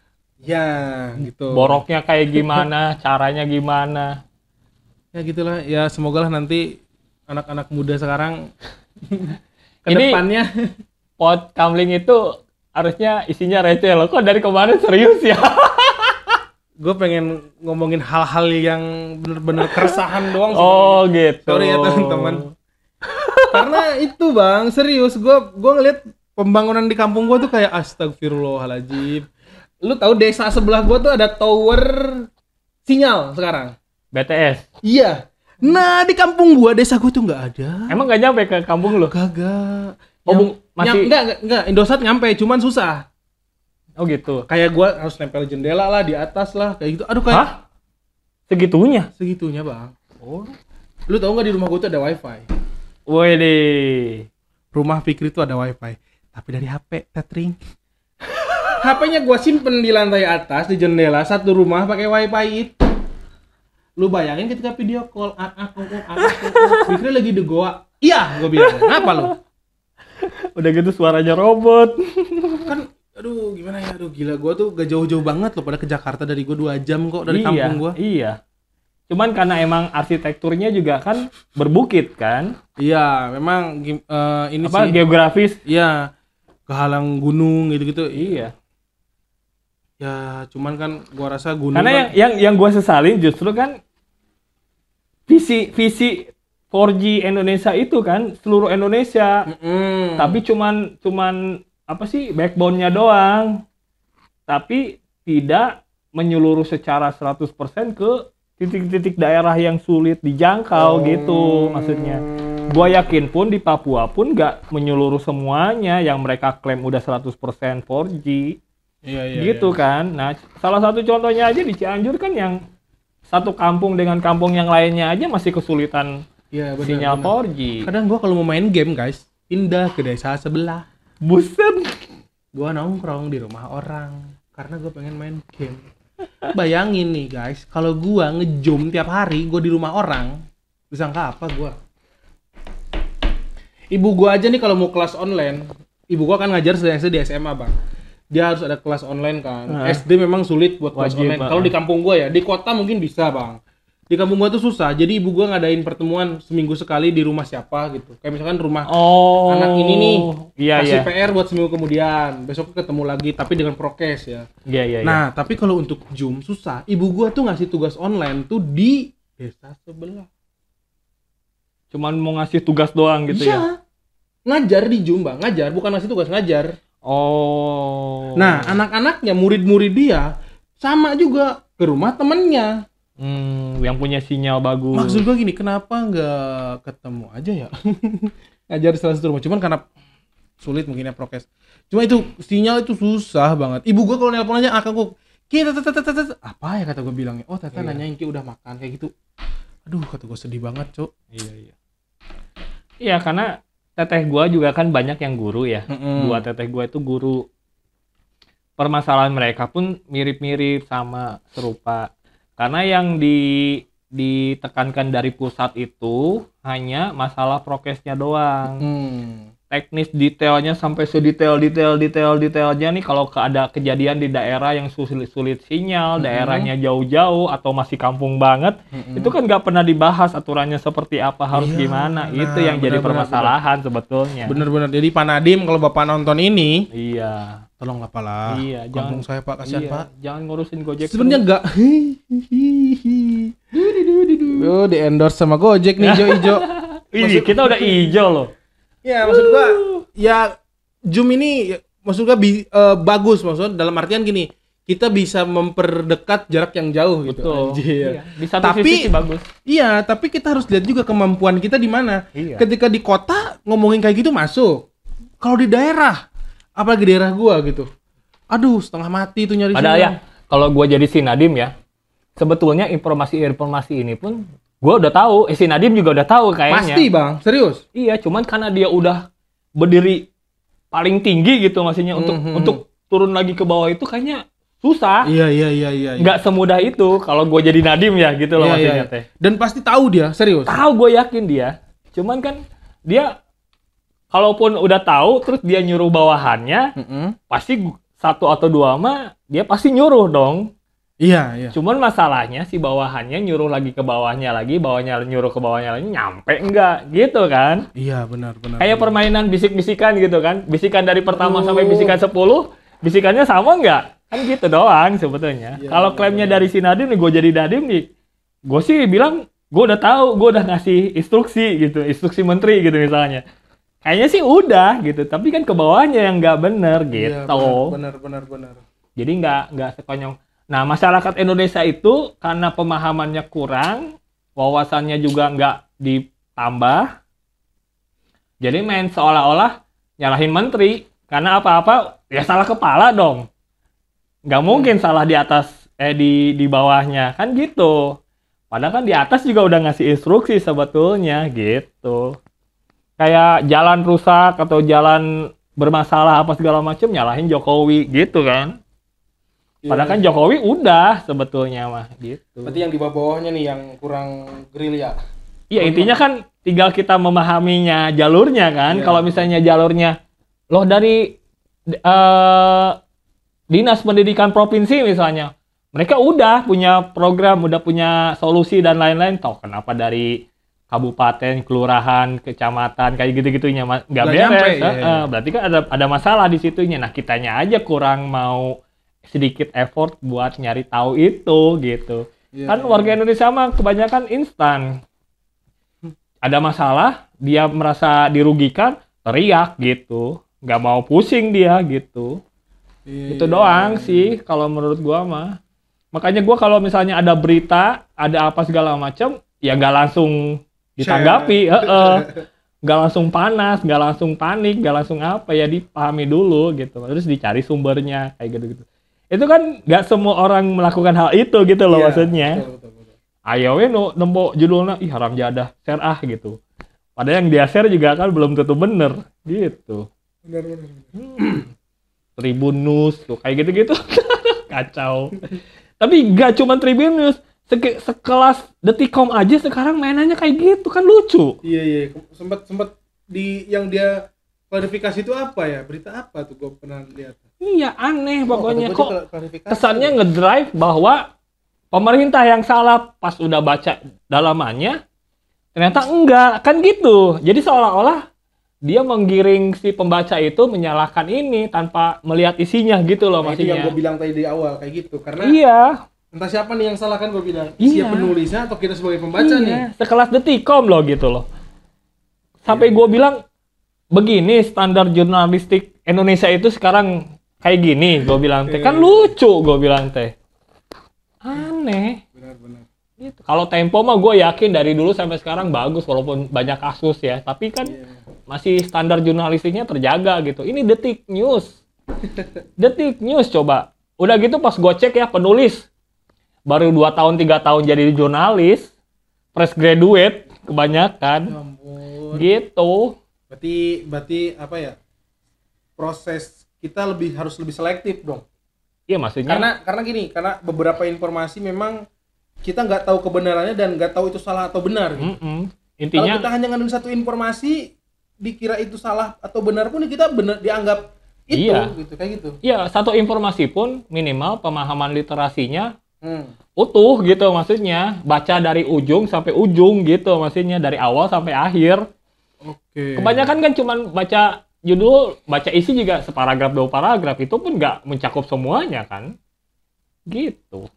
Speaker 1: Ya gitu.
Speaker 2: boroknya kayak gimana, caranya gimana.
Speaker 1: Ya gitulah. Ya semoga lah nanti anak-anak muda sekarang ke
Speaker 2: Ini-
Speaker 1: depannya.
Speaker 2: Pot kamling itu harusnya isinya receh loh. Kok dari kemarin serius ya?
Speaker 1: Gue pengen ngomongin hal-hal yang bener-bener keresahan doang sih.
Speaker 2: Oh gitu.
Speaker 1: Sorry ya teman-teman. Karena itu bang, serius gue gue ngeliat pembangunan di kampung gue tuh kayak astagfirullahaladzim. Lu tahu desa sebelah gue tuh ada tower sinyal sekarang.
Speaker 2: B T S.
Speaker 1: Iya. Nah di kampung gue, desa gue tuh nggak ada.
Speaker 2: Emang gak nyampe ke kampung lu?
Speaker 1: Kagak.
Speaker 2: Oh,
Speaker 1: Yang-
Speaker 2: bung- masih-
Speaker 1: yang- enggak, enggak, enggak. Indosat nyampe, cuman susah.
Speaker 2: Oh gitu.
Speaker 1: Kayak gue harus nempel jendela lah di atas lah, kayak gitu. Aduh kayak
Speaker 2: Hah? Segitunya?
Speaker 1: segitunya bang.
Speaker 2: Oh.
Speaker 1: Lu tau nggak di rumah gue tuh ada wifi?
Speaker 2: Wede.
Speaker 1: Rumah Fikri tuh ada wifi, tapi dari H P tethering. H P-nya gua simpen di lantai atas di jendela satu rumah pakai wifi itu. Lu bayangin ketika video call, ah ah oh, oh, ah, ah, oh, oh. Fikri lagi di goa. Iya, gua bilang. Kenapa lu?
Speaker 2: Udah gitu suaranya robot.
Speaker 1: Kan aduh gimana ya? Aduh gila, gua tuh gak jauh-jauh banget loh pada ke Jakarta, dari gua dua jam kok dari
Speaker 2: Iya,
Speaker 1: kampung gua.
Speaker 2: Iya. Cuman karena emang arsitekturnya juga kan berbukit kan.
Speaker 1: Iya, memang gim- eh, ini
Speaker 2: Apa
Speaker 1: sih.
Speaker 2: geografis.
Speaker 1: Iya, kehalang gunung gitu-gitu.
Speaker 2: Iya.
Speaker 1: Ya, cuman kan gua rasa gunung
Speaker 2: Karena yang
Speaker 1: kan,
Speaker 2: yang yang gue sesalin justru kan visi visi empat G Indonesia itu kan seluruh Indonesia,
Speaker 1: Mm-mm.
Speaker 2: tapi cuman cuman apa sih backbone-nya doang, tapi tidak menyeluruh secara seratus persen ke titik-titik daerah yang sulit dijangkau
Speaker 1: Oh.
Speaker 2: gitu maksudnya. Gua yakin pun di Papua pun nggak menyeluruh semuanya yang mereka klaim udah seratus persen empat G.
Speaker 1: Iya, iya,
Speaker 2: gitu
Speaker 1: iya.
Speaker 2: kan. Nah, salah satu contohnya aja di Cianjur kan yang satu kampung dengan kampung yang lainnya aja masih kesulitan
Speaker 1: Iya, benar,
Speaker 2: sinyal
Speaker 1: benar.
Speaker 2: empat G.
Speaker 1: Kadang gua kalau mau main game, guys, pindah ke desa sebelah.
Speaker 2: Buset.
Speaker 1: Gua nongkrong di rumah orang karena gua pengen main game. Bayangin nih, guys, kalau gua ngejum tiap hari gua di rumah orang, disangka apa gua? Ibu gua aja nih kalau mau kelas online, ibu gua kan ngajar sedang di S M A, Bang. Dia harus ada kelas online kan.
Speaker 2: Nah.
Speaker 1: S D memang sulit buat kelas
Speaker 2: Wajib,
Speaker 1: online.
Speaker 2: Bang.
Speaker 1: Kalau di kampung gua ya, di kota mungkin bisa, Bang. Di kampung gua tuh susah. Jadi ibu gua ngadain pertemuan seminggu sekali di rumah siapa gitu. Kayak misalkan rumah
Speaker 2: Oh.
Speaker 1: anak ini nih,
Speaker 2: Iya,
Speaker 1: kasih
Speaker 2: iya.
Speaker 1: P R buat seminggu kemudian. Besok ketemu lagi tapi dengan prokes ya.
Speaker 2: Iya, iya, iya.
Speaker 1: Nah, tapi kalau untuk Zoom susah. Ibu gua tuh ngasih tugas online tuh di desa sebelah.
Speaker 2: Cuman mau ngasih tugas doang gitu
Speaker 1: Iya.
Speaker 2: ya.
Speaker 1: Ngajar di Zoom, Bang. Ngajar, bukan ngasih tugas, ngajar.
Speaker 2: Oh.
Speaker 1: Nah, anak-anaknya, murid-murid dia sama juga ke rumah temennya.
Speaker 2: Hmm, yang punya sinyal bagus.
Speaker 1: Maksud gua gini, kenapa nggak ketemu aja ya? Ngajar di salah satu rumah, cuman karena sulit mungkin ya prokes. Cuma itu sinyal itu susah banget. Ibu gua kalau nelpon aja akang gua, "Ki, tata tata tata." Apa ya kata gua bilangnya? Oh, tata
Speaker 2: Iya.
Speaker 1: nanyain Ki udah makan kayak gitu. Aduh, kata gua sedih banget, Cuk.
Speaker 2: Iya, iya. Iya, karena teteh gua juga kan banyak yang guru ya.
Speaker 1: Mm-mm.
Speaker 2: Dua teteh gua itu guru. Permasalahan mereka pun mirip-mirip sama serupa. Karena yang di ditekankan dari pusat itu hanya masalah prokesnya doang.
Speaker 1: Hmm.
Speaker 2: Teknis detailnya sampai sedetail detail detail detailnya nih kalau ke- ada kejadian di daerah yang sulit sulit sinyal,
Speaker 1: Mhm.
Speaker 2: daerahnya jauh-jauh atau masih kampung banget,
Speaker 1: Mm-mm.
Speaker 2: itu kan nggak pernah dibahas aturannya seperti apa, harus
Speaker 1: Iya,
Speaker 2: gimana. Itu
Speaker 1: nah,
Speaker 2: yang jadi
Speaker 1: benar-benar,
Speaker 2: permasalahan sebetulnya.
Speaker 1: Bener-bener. Jadi Pak Nadim kalau Bapak nonton ini,
Speaker 2: Iya.
Speaker 1: tolong apalah.
Speaker 2: Iya,
Speaker 1: Kampung
Speaker 2: jangan-
Speaker 1: saya Pak, kasihan
Speaker 2: Iya,
Speaker 1: Pak.
Speaker 2: jangan ngurusin Gojek.
Speaker 1: Sebenarnya enggak. Duh, di endorse sama Gojek nih ijo-ijo.
Speaker 2: terus. Ih, kita udah hijau loh.
Speaker 1: Ya, maksud gua ya Zoom ini ya, maksud gua bi- eh, bagus maksudnya dalam artian gini, kita bisa memperdekat jarak yang jauh gitu.
Speaker 2: Betul.
Speaker 1: Anjir.
Speaker 2: Iya. Di satu
Speaker 1: Tapi-
Speaker 2: sisi sih bagus.
Speaker 1: Iya, tapi kita harus lihat juga kemampuan kita di mana.
Speaker 2: Iya.
Speaker 1: Ketika di kota ngomongin kayak gitu masuk. Kalau di daerah, apalagi daerah gua gitu. Aduh, setengah mati tuh nyari
Speaker 2: Padahal ya,
Speaker 1: sinyal.
Speaker 2: kalau gua jadi si Nadim ya, sebetulnya informasi-informasi ini pun gua udah tahu, eh, si Nadim juga udah tahu kayaknya.
Speaker 1: Pasti, Bang. Serius.
Speaker 2: Iya, cuman karena dia udah berdiri paling tinggi gitu maksudnya untuk
Speaker 1: Mhm.
Speaker 2: untuk turun lagi ke bawah itu kayaknya susah.
Speaker 1: Iya, iya, iya, iya. iya.
Speaker 2: Nggak semudah itu kalau gua jadi Nadim ya gitu loh
Speaker 1: Iya,
Speaker 2: maksudnya
Speaker 1: iya.
Speaker 2: teh.
Speaker 1: Dan pasti tahu dia, serius.
Speaker 2: Tahu, gue yakin dia. Cuman kan dia kalaupun udah tahu terus dia nyuruh bawahannya,
Speaker 1: Mm-mm.
Speaker 2: pasti gu- satu atau dua mah dia pasti nyuruh dong.
Speaker 1: Iya, iya.
Speaker 2: Cuman masalahnya si bawahannya nyuruh lagi ke bawahnya lagi, bawahnya nyuruh ke bawahnya lagi, nyampe enggak gitu kan.
Speaker 1: Iya, benar, benar.
Speaker 2: Kayak
Speaker 1: benar.
Speaker 2: permainan bisik-bisikan gitu kan. Bisikan dari pertama
Speaker 1: Aduh.
Speaker 2: sampai bisikan sepuluh, bisikannya sama enggak? Kan gitu doang sebetulnya.
Speaker 1: Iya,
Speaker 2: Kalau
Speaker 1: iya,
Speaker 2: klaimnya
Speaker 1: benar.
Speaker 2: dari si Nadim nih, gue jadi Nadim nih, gue sih bilang gue udah tahu, gue udah ngasih instruksi gitu, instruksi menteri gitu misalnya. Kayaknya sih udah gitu, tapi kan ke bawahnya yang nggak bener
Speaker 1: Iya,
Speaker 2: gitu.
Speaker 1: benar, benar, benar, benar.
Speaker 2: Jadi nggak nggak sekonyong. Nah, masyarakat Indonesia itu karena pemahamannya kurang, wawasannya juga nggak ditambah, jadi main seolah-olah nyalahin menteri. Karena apa-apa ya salah kepala dong. Nggak mungkin salah di atas eh di di bawahnya kan gitu. Padahal kan di atas juga udah ngasih instruksi sebetulnya gitu. Kayak jalan rusak atau jalan bermasalah apa segala macam nyalahin Jokowi gitu kan. Padahal kan Jokowi udah sebetulnya mah gitu.
Speaker 1: Berarti yang di bawah-bawahnya nih yang kurang grill ya.
Speaker 2: Iya, intinya kan tinggal kita memahaminya jalurnya kan.
Speaker 1: Iya.
Speaker 2: Kalau misalnya jalurnya loh dari eh, Dinas Pendidikan Provinsi misalnya, mereka udah punya program, udah punya solusi dan lain-lain. Toh kenapa dari kabupaten, kelurahan, kecamatan kayak gitu-gitunya ma- nggak
Speaker 1: Nggak
Speaker 2: beres?
Speaker 1: nyampe,
Speaker 2: Eh,
Speaker 1: iya, iya.
Speaker 2: eh, berarti kan ada ada masalah di situnya. Nah, kitanya aja kurang mau sedikit effort buat nyari tahu itu gitu.
Speaker 1: Iya,
Speaker 2: Kan
Speaker 1: iya.
Speaker 2: warga Indonesia mah kebanyakan instan. Ada masalah, dia merasa dirugikan, teriak gitu. Nggak mau pusing dia gitu.
Speaker 1: Iya,
Speaker 2: Itu
Speaker 1: iya,
Speaker 2: doang
Speaker 1: iya.
Speaker 2: sih kalau menurut gua mah. Makanya gua kalau misalnya ada berita, ada apa segala macam, ya nggak langsung ditanggapi, heeh. Nggak langsung panas, nggak langsung panik, nggak langsung apa, ya dipahami dulu gitu. Terus dicari sumbernya kayak gitu-gitu. Itu kan nggak semua orang melakukan hal itu gitu loh
Speaker 1: Iya,
Speaker 2: maksudnya.
Speaker 1: betul, betul, betul.
Speaker 2: Ayo we nu nemu judulnya ih haram jadah, share ah gitu. Padahal yang dia share juga kan belum tentu bener gitu.
Speaker 1: Benar, benar.
Speaker 2: Tribun News tuh kayak gitu-gitu. Kacau. Tapi nggak cuma Tribun News, Seke- sekelas Detikcom aja sekarang mainannya kayak gitu kan lucu.
Speaker 1: Iya, iya. Sempat sempat di yang dia klarifikasi itu apa ya? Berita apa tuh gue pernah lihat.
Speaker 2: Iya aneh pokoknya
Speaker 1: kata gua
Speaker 2: kok
Speaker 1: dia klarifikasi.
Speaker 2: kesannya ngedrive bahwa pemerintah yang salah pas udah baca dalamannya ternyata enggak kan gitu. Jadi seolah-olah dia menggiring si pembaca itu menyalahkan ini tanpa melihat isinya gitu loh
Speaker 1: Nah, itu yang
Speaker 2: maksudnya.
Speaker 1: gue bilang tadi di awal kayak gitu. Karena
Speaker 2: Iya.
Speaker 1: entah siapa nih yang salah kan gue bilang.
Speaker 2: Iya.
Speaker 1: Siapa penulisnya atau kita sebagai pembaca
Speaker 2: Iya,
Speaker 1: nih.
Speaker 2: sekelas Detikcom loh gitu loh. Sampai
Speaker 1: Iya.
Speaker 2: gue bilang begini standar jurnalistik Indonesia itu sekarang kayak gini, gue bilang teh kan
Speaker 1: Iya.
Speaker 2: lucu, gue bilang teh. Aneh aneh.
Speaker 1: Benar-benar.
Speaker 2: Gitu. Kalau Tempo mah gue yakin dari dulu sampai sekarang bagus walaupun banyak kasus ya. Tapi kan yeah. masih standar jurnalistiknya terjaga gitu. Ini Detik News. Detik News coba. Udah gitu pas gue cek ya penulis. Baru dua tahun tiga tahun jadi jurnalis. Fresh graduate kebanyakan. Ya ampun. Gitu.
Speaker 1: Berarti berarti apa ya? Proses kita lebih harus lebih selektif dong.
Speaker 2: Iya maksudnya.
Speaker 1: Karena karena gini, karena beberapa informasi memang kita nggak tahu kebenarannya dan nggak tahu itu salah atau benar. Gitu.
Speaker 2: Mm-mm. Intinya.
Speaker 1: Kalau kita hanya ngandelin satu informasi, dikira itu salah atau benar pun kita benar dianggap itu,
Speaker 2: iya.
Speaker 1: gitu kayak gitu.
Speaker 2: Iya, satu informasi pun minimal pemahaman literasinya
Speaker 1: hmm.
Speaker 2: utuh gitu maksudnya, baca dari ujung sampai ujung gitu maksudnya, dari awal sampai akhir.
Speaker 1: Oke.
Speaker 2: Kebanyakan kan cuman baca judul, baca isi juga separagraf dua paragraf, itu pun nggak mencakup semuanya kan, gitu.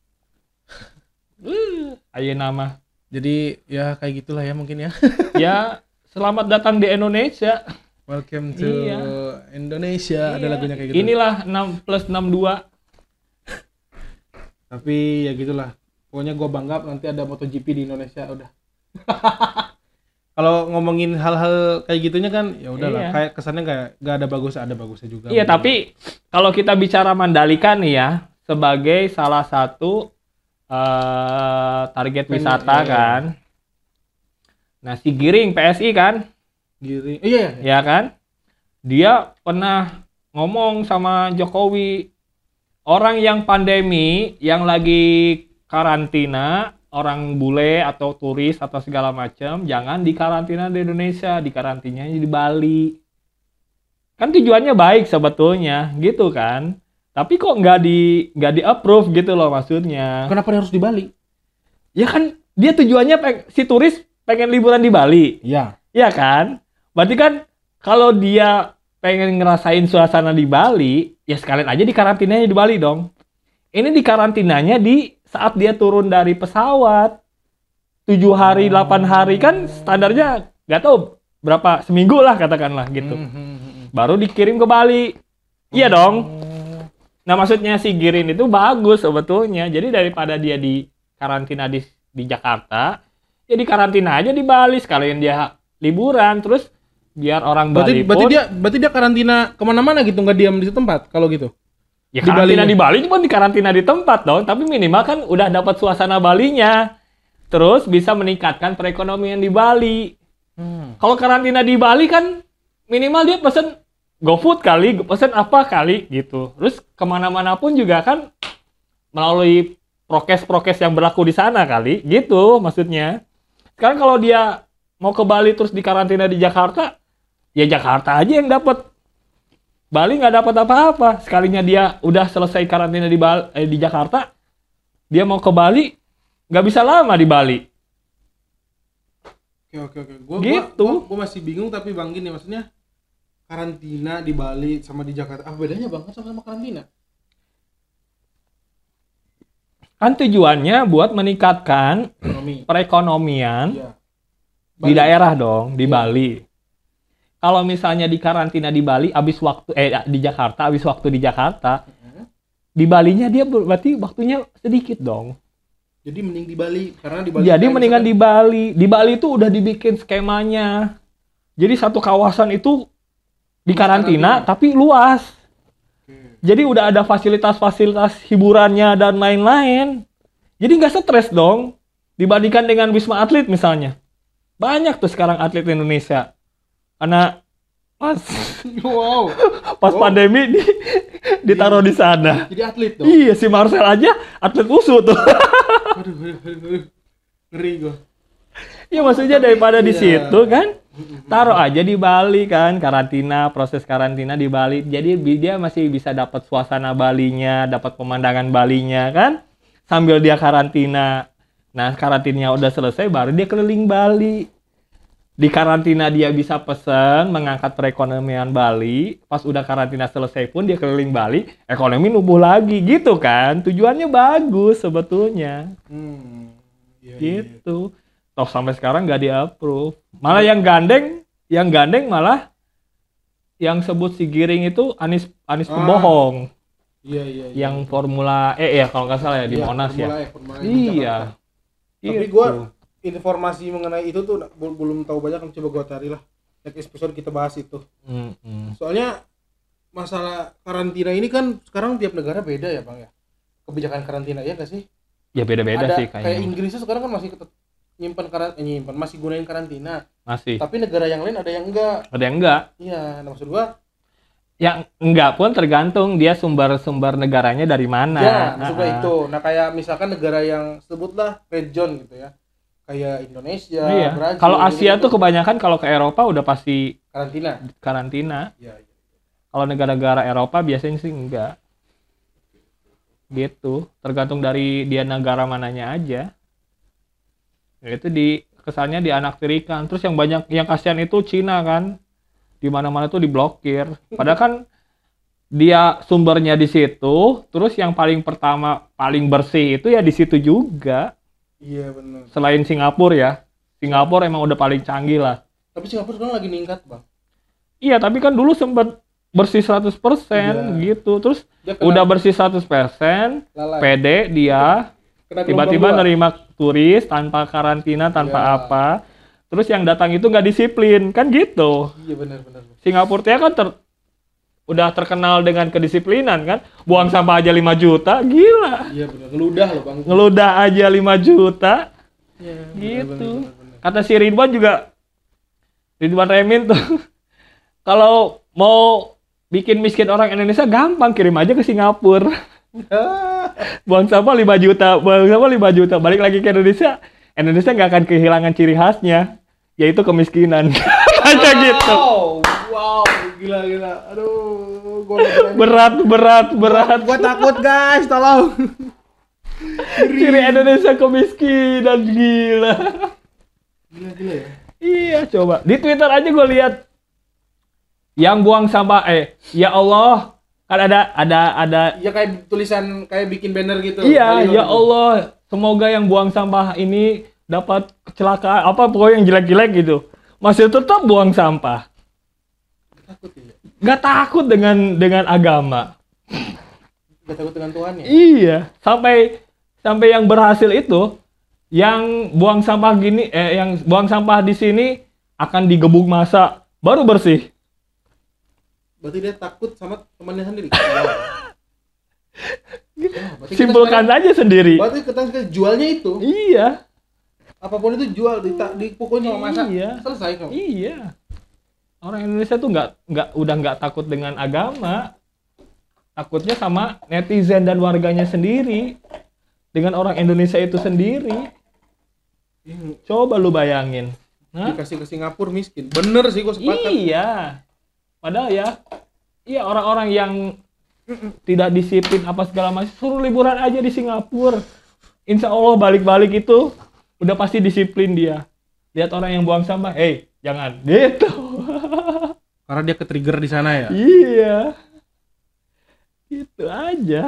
Speaker 2: Uh, ayo nama.
Speaker 1: Jadi ya kayak gitulah ya mungkin ya.
Speaker 2: Ya, selamat datang di Indonesia.
Speaker 1: Welcome to
Speaker 2: iya.
Speaker 1: Indonesia. Iya. Ada lagunya kayak gitu.
Speaker 2: Inilah enam plus enam puluh dua.
Speaker 1: Tapi ya gitulah. Pokoknya gue bangga nanti ada MotoGP di Indonesia udah. Kalau ngomongin hal-hal kayak gitunya kan ya udahlah, iya. kayak kesannya kayak gak ada bagus, ada bagusnya juga.
Speaker 2: Iya, tapi kalau kita bicara Mandalika nih ya, sebagai salah satu Uh, target Pen, wisata iya, kan. Nah si Giring P S I kan.
Speaker 1: Giring, iya.
Speaker 2: Ya kan. Dia pernah ngomong sama Jokowi, orang yang pandemi, yang lagi karantina, orang bule atau turis atau segala macam, jangan dikarantina di Indonesia, dikarantinanya di Bali. Kan tujuannya baik sebetulnya, gitu kan. Tapi kok nggak di nggak di approve gitu loh maksudnya.
Speaker 1: Kenapa harus di Bali?
Speaker 2: Ya kan dia tujuannya peng, si turis pengen liburan di Bali.
Speaker 1: Iya.
Speaker 2: Iya kan? Berarti kan kalau dia pengen ngerasain suasana di Bali, ya sekalian aja di karantinanya di Bali dong. Ini di karantinanya di saat dia turun dari pesawat. tujuh hari, delapan hari kan standarnya nggak tahu berapa, seminggu lah katakanlah gitu. Mm-hmm. Baru dikirim ke Bali. Iya dong. Nah maksudnya si Giring itu bagus sebetulnya. Jadi daripada dia di karantina di, di Jakarta, ya di karantina aja di Bali sekalian dia liburan. Terus biar orang
Speaker 1: berarti,
Speaker 2: Bali pun.
Speaker 1: Berarti dia, berarti dia karantina kemana-mana gitu, nggak diam di tempat kalau gitu?
Speaker 2: Ya di karantina Bali di Bali cuma di karantina di tempat dong. Tapi minimal kan udah dapat suasana Balinya. Terus bisa meningkatkan perekonomian di Bali. Hmm. Kalau karantina di Bali kan minimal dia pesen GoFood kali, pesen apa kali gitu. Terus kemana-mana pun juga kan melalui prokes-prokes yang berlaku di sana kali, gitu maksudnya. Sekarang kalau dia mau ke Bali terus dikarantina di Jakarta, ya Jakarta aja yang dapat. Bali nggak dapat apa-apa. Sekalinya dia udah selesai karantina di Bali, eh, di Jakarta, dia mau ke Bali, nggak bisa lama di Bali.
Speaker 1: Oke oke oke. Gua,
Speaker 2: gitu.
Speaker 1: Gua, gua, gua masih bingung tapi Bang gini maksudnya. Karantina di Bali sama di Jakarta, apa bedanya Bang sama-sama karantina?
Speaker 2: Kan tujuannya buat meningkatkan Ekonomi. perekonomian iya. di daerah dong, di iya. Bali. Kalau misalnya di karantina di Bali, abis waktu eh di Jakarta, abis waktu di Jakarta, uh-huh. di Balinya dia berarti waktunya sedikit dong.
Speaker 1: Jadi mending di Bali karena di Bali.
Speaker 2: Jadi mendingan misalkan... di Bali. Di Bali itu udah dibikin skemanya. Jadi satu kawasan itu di karantina, karantina tapi luas. Oke. Jadi udah ada fasilitas-fasilitas hiburannya dan lain-lain. Jadi nggak stres dong dibandingkan dengan Wisma Atlet misalnya. Banyak tuh sekarang atlet Indonesia. Karena pas wow, pas wow. pandemi di, ditaruh di sana.
Speaker 1: Jadi atlet dong.
Speaker 2: Iya, si Marcel aja atlet wusu tuh.
Speaker 1: Aduh, aduh, aduh, aduh. Ngeri gua.
Speaker 2: Ya maksudnya daripada di situ kan, taruh aja di Bali kan, karantina, proses karantina di Bali. Jadi dia masih bisa dapat suasana Balinya, dapat pemandangan Balinya kan, sambil dia karantina. Nah, karantinanya udah selesai, baru dia keliling Bali. Di karantina dia bisa pesan, mengangkat perekonomian Bali. Pas udah karantina selesai pun dia keliling Bali, ekonomi nubuh lagi gitu kan. Tujuannya bagus sebetulnya. Hmm, iya, gitu. Iya. Toh sampai sekarang nggak di-approve. Malah yang gandeng, yang gandeng malah yang sebut si Giring itu Anies Anies pembohong.
Speaker 1: Iya iya. iya.
Speaker 2: Yang Formula E ya kalau nggak salah ya di
Speaker 1: Iya,
Speaker 2: Monas ya.
Speaker 1: Formula E, Formula E di
Speaker 2: Iya.
Speaker 1: Jakarta. Tapi
Speaker 2: Gitu.
Speaker 1: gua informasi mengenai itu tuh bel- belum tahu banyak, kan coba gua cari lah. Next episode kita bahas itu.
Speaker 2: Mm-mm.
Speaker 1: Soalnya masalah karantina ini kan sekarang tiap negara beda ya, Bang ya. Kebijakan karantina ya nggak sih?
Speaker 2: Ya beda-beda
Speaker 1: Ada
Speaker 2: sih
Speaker 1: kayak
Speaker 2: kayaknya.
Speaker 1: Inggris tuh sekarang kan masih ketet- nyimpan karantina, nyimpan masih gunain karantina.
Speaker 2: Masih.
Speaker 1: Tapi negara yang lain ada yang enggak.
Speaker 2: Ada yang enggak.
Speaker 1: Iya, nah maksud gua
Speaker 2: Yang enggak pun tergantung dia sumber-sumber negaranya dari mana.
Speaker 1: ya, maksud gua
Speaker 2: Ah, ah.
Speaker 1: itu. Nah, kayak misalkan negara yang sebutlah red zone gitu ya. Kayak Indonesia,
Speaker 2: Iya.
Speaker 1: Brazil.
Speaker 2: Kalau Asia
Speaker 1: gitu-gitu.
Speaker 2: tuh kebanyakan kalau ke Eropa udah pasti
Speaker 1: karantina.
Speaker 2: karantina.
Speaker 1: Iya, iya.
Speaker 2: Kalau negara-negara Eropa biasanya sih enggak. Gitu. Tergantung dari dia negara mananya aja. Ya, itu di kesannya dianaktirikan. Terus yang banyak yang kasihan itu Cina kan. Di mana-mana tuh diblokir. Padahal kan dia sumbernya di situ, terus yang paling pertama paling bersih itu ya di situ juga.
Speaker 1: Iya, benar.
Speaker 2: Selain Singapura ya. Singapura emang udah paling canggih lah.
Speaker 1: Tapi Singapura sekarang lagi ningkat, Bang.
Speaker 2: Iya, tapi kan dulu sempat bersih seratus persen
Speaker 1: Iya.
Speaker 2: gitu. Terus
Speaker 1: Dia kena
Speaker 2: udah bersih seratus persen,
Speaker 1: lalai.
Speaker 2: pede dia,
Speaker 1: Kena
Speaker 2: tiba-tiba
Speaker 1: gelombang dua.
Speaker 2: nerima turis tanpa karantina, tanpa
Speaker 1: Iya.
Speaker 2: apa. Terus yang datang itu nggak disiplin, kan gitu.
Speaker 1: Iya, benar benar.
Speaker 2: Singapura dia kan ter- udah terkenal dengan kedisiplinan kan. Buang sampah aja lima juta, gila.
Speaker 1: Iya, benar. Ngeludah loh, Bang.
Speaker 2: Ngeludah aja lima juta,
Speaker 1: Iya, benar,
Speaker 2: gitu.
Speaker 1: benar, benar, benar.
Speaker 2: Kata si Ridwan juga, Ridwan Remin tuh, kalau mau bikin miskin orang Indonesia gampang, kirim aja ke Singapura. Buang sampah lima juta, buang sampah lima juta, balik lagi ke Indonesia, Indonesia nggak akan kehilangan ciri khasnya, yaitu kemiskinan. Aja gitu.
Speaker 1: Wow, wow, gila gila. Aduh, gua nggak berani.
Speaker 2: Berat, berat, berat.
Speaker 1: Gua takut, guys, tolong.
Speaker 2: Ciri Indonesia kemiskinan, gila.
Speaker 1: Gila gila ya.
Speaker 2: Iya, coba. Di Twitter aja gue lihat yang buang sampah, eh, ya Allah, kan ada, ada, ada.
Speaker 1: Ya kayak tulisan kayak bikin banner gitu.
Speaker 2: Iya,
Speaker 1: Baliho
Speaker 2: ya
Speaker 1: gitu.
Speaker 2: Allah, semoga yang buang sampah ini dapat kecelakaan, apa pokoknya yang jelek-jelek gitu. Masih tetap buang sampah.
Speaker 1: Takut ya.
Speaker 2: Gak takut dengan dengan agama.
Speaker 1: Gak takut dengan Tuhan ya.
Speaker 2: Iya, sampai sampai yang berhasil itu, yang buang sampah gini, eh, yang buang sampah di sini akan digebuk massa, baru bersih.
Speaker 1: Berarti dia takut sama temannya sendiri. Wow. Wah, berarti kita
Speaker 2: Simpulkan
Speaker 1: sekarang-
Speaker 2: aja sendiri.
Speaker 1: Berarti kita sekarang jualnya itu.
Speaker 2: Iya,
Speaker 1: Apapun itu jual, dita- dipukulin sama masa.
Speaker 2: Iya.
Speaker 1: Selesai kok.
Speaker 2: iya. Orang Indonesia tuh nggak nggak udah nggak takut dengan agama, takutnya sama netizen dan warganya sendiri, dengan orang Indonesia itu sendiri. Coba lu bayangin. Hah?
Speaker 1: Dikasih ke Singapura miskin. Bener sih, gua sepakat.
Speaker 2: Iya. Padahal ya, iya orang-orang yang tidak disiplin apa segala macam, suruh liburan aja di Singapura. Insya Allah balik-balik itu udah pasti disiplin dia. Lihat orang yang buang sampah, hey jangan gitu.
Speaker 1: Karena dia ke-trigger di sana ya.
Speaker 2: Iya. Gitu aja.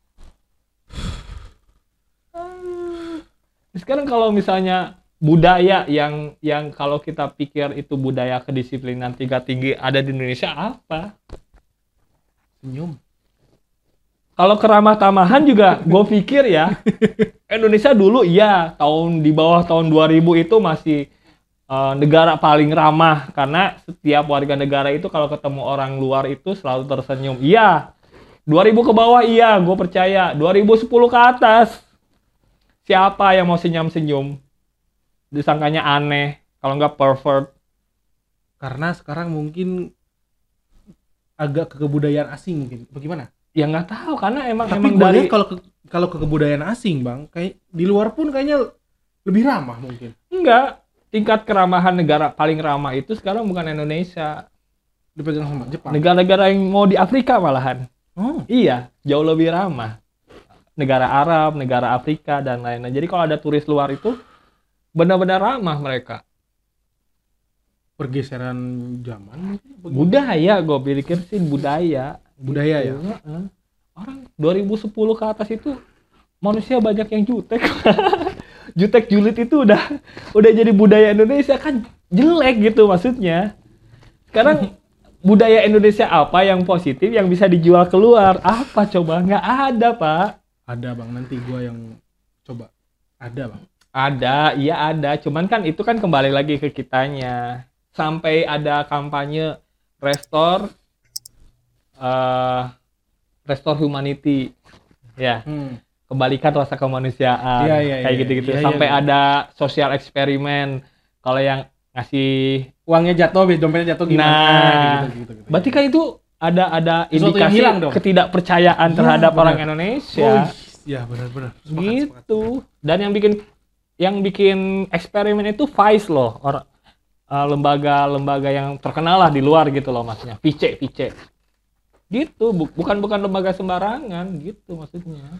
Speaker 2: Ah. Sekarang kalau misalnya budaya yang yang kalau kita pikir itu budaya kedisiplinan tingkat tinggi ada di Indonesia apa?
Speaker 1: Senyum.
Speaker 2: Kalau keramah tamahan juga gue pikir ya Indonesia dulu iya tahun di bawah tahun dua ribu itu masih uh, negara paling ramah karena setiap warga negara itu kalau ketemu orang luar itu selalu tersenyum. Iya. dua ribu ke bawah iya, gue percaya. dua ribu sepuluh ke atas siapa yang mau senyum-senyum? Disangkanya aneh, kalau nggak pervert.
Speaker 1: Karena sekarang mungkin agak ke kebudayaan asing mungkin. Bagaimana?
Speaker 2: Ya nggak tahu karena emang
Speaker 1: Tapi
Speaker 2: emang
Speaker 1: gue
Speaker 2: dari
Speaker 1: lihat kalau ke, kalau ke kebudayaan asing, Bang, kayak di luar pun kayaknya lebih ramah mungkin.
Speaker 2: enggak tingkat keramahan negara paling ramah itu sekarang bukan Indonesia.
Speaker 1: Dipegang sama Jepang.
Speaker 2: Negara-negara yang mau di Afrika malahan.
Speaker 1: Oh,
Speaker 2: Iya, jauh lebih ramah. Negara Arab, negara Afrika dan lain-lain. Jadi kalau ada turis luar itu benar-benar ramah mereka.
Speaker 1: pergeseran zaman mungkin. Bagaimana?
Speaker 2: Budaya, gue pikir sih budaya.
Speaker 1: Budaya ya.
Speaker 2: Heeh. Orang dua ribu sepuluh ke atas itu manusia banyak yang jutek. Jutek julid itu udah udah jadi budaya Indonesia kan jelek gitu maksudnya. Sekarang budaya Indonesia apa yang positif yang bisa dijual keluar? Apa coba? Nggak ada, Pak.
Speaker 1: Ada bang, nanti gua yang coba. Ada bang.
Speaker 2: Ada, iya ada. Cuman kan itu kan kembali lagi ke kitanya. Sampai ada kampanye restore, uh, restore humanity, ya. Hmm. Kembalikan rasa kemanusiaan,
Speaker 1: ya, ya,
Speaker 2: kayak
Speaker 1: ya,
Speaker 2: gitu-gitu.
Speaker 1: Ya,
Speaker 2: Sampai
Speaker 1: ya, ya.
Speaker 2: ada sosial eksperimen. Kalau yang ngasih
Speaker 1: uangnya jatuh, dompetnya jatuh gimana?
Speaker 2: Nah,
Speaker 1: gitu, gitu, gitu,
Speaker 2: berarti kan itu ada ada indikasi ketidakpercayaan
Speaker 1: ya,
Speaker 2: terhadap
Speaker 1: benar.
Speaker 2: orang Indonesia.
Speaker 1: Oh, ya benar-benar.
Speaker 2: Gitu. Dan yang bikin yang bikin eksperimen itu Vice loh, orang uh, lembaga-lembaga yang terkenal lah di luar gitu loh maksudnya. Vice, Vice. Gitu, bukan bukan lembaga sembarangan gitu maksudnya.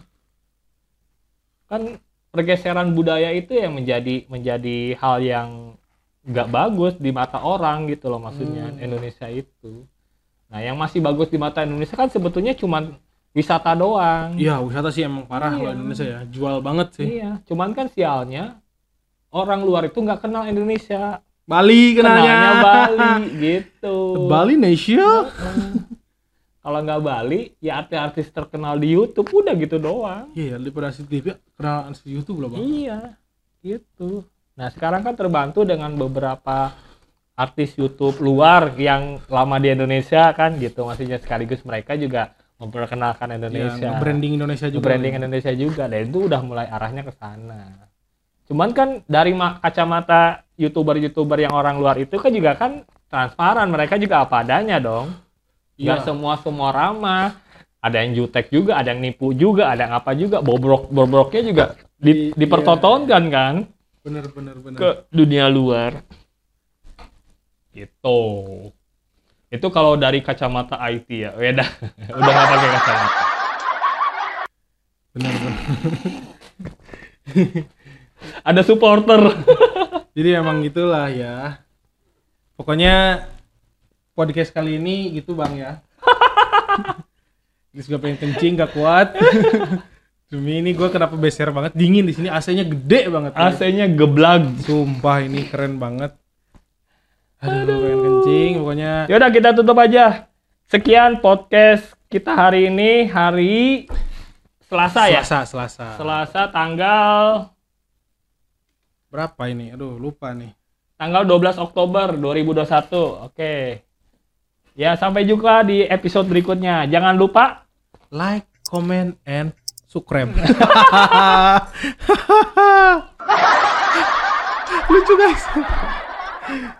Speaker 2: Kan pergeseran budaya itu yang menjadi menjadi hal yang nggak bagus di mata orang gitu loh maksudnya. hmm. Indonesia itu. Nah, yang masih bagus di mata Indonesia kan sebetulnya cuma wisata doang.
Speaker 1: Iya, wisata sih emang parah
Speaker 2: iya.
Speaker 1: Loh Indonesia ya, jual banget sih.
Speaker 2: Iya, cuman kan sialnya orang luar itu nggak kenal Indonesia.
Speaker 1: Bali kenalnya.
Speaker 2: Kenalnya Bali gitu.
Speaker 1: Bali Nation.
Speaker 2: Kalau nggak Bali, ya artis-artis terkenal di YouTube udah gitu doang.
Speaker 1: Iya, Liberasi T V kenal artis YouTube loh bang.
Speaker 2: Iya, gitu. Nah sekarang kan terbantu dengan beberapa artis YouTube luar yang lama di Indonesia kan gitu, maksudnya sekaligus mereka juga memperkenalkan Indonesia.
Speaker 1: Ya, branding Indonesia juga.
Speaker 2: Branding Indonesia juga, dan itu udah mulai arahnya ke sana. Cuman kan dari kacamata YouTuber-YouTuber yang orang luar itu kan juga kan transparan, mereka juga apa adanya dong. Gak ya. semua semua ramah, ada yang jutek juga, ada yang nipu juga, ada yang apa juga, bobrok bobroknya juga di, di, dipertontonkan ya. Kan.
Speaker 1: Bener bener bener.
Speaker 2: Ke dunia luar. Gitu. Itu kalau dari kacamata I T ya, beda. Udah nggak pakai kacamata.
Speaker 1: Bener bener.
Speaker 2: Ada supporter.
Speaker 1: Jadi emang gitulah ya. Pokoknya podcast kali ini gitu bang ya. Ini juga pengen kencing gak kuat. Demi ini gue kenapa beser banget, dingin di sini, A C-nya gede banget.
Speaker 2: A C-nya geblag.
Speaker 1: Sumpah ini keren banget. Aduh, Aduh. pengen kencing pokoknya.
Speaker 2: Yaudah kita tutup aja. Sekian podcast kita hari ini, hari Selasa,
Speaker 1: Selasa
Speaker 2: ya?
Speaker 1: Selasa, Selasa.
Speaker 2: Selasa tanggal
Speaker 1: berapa ini? Aduh, lupa nih.
Speaker 2: Tanggal dua belas Oktober dua ribu dua puluh satu. Oke. Ya, sampai jumpa di episode berikutnya. Jangan lupa
Speaker 1: like, comment, and subscribe. Lucu guys.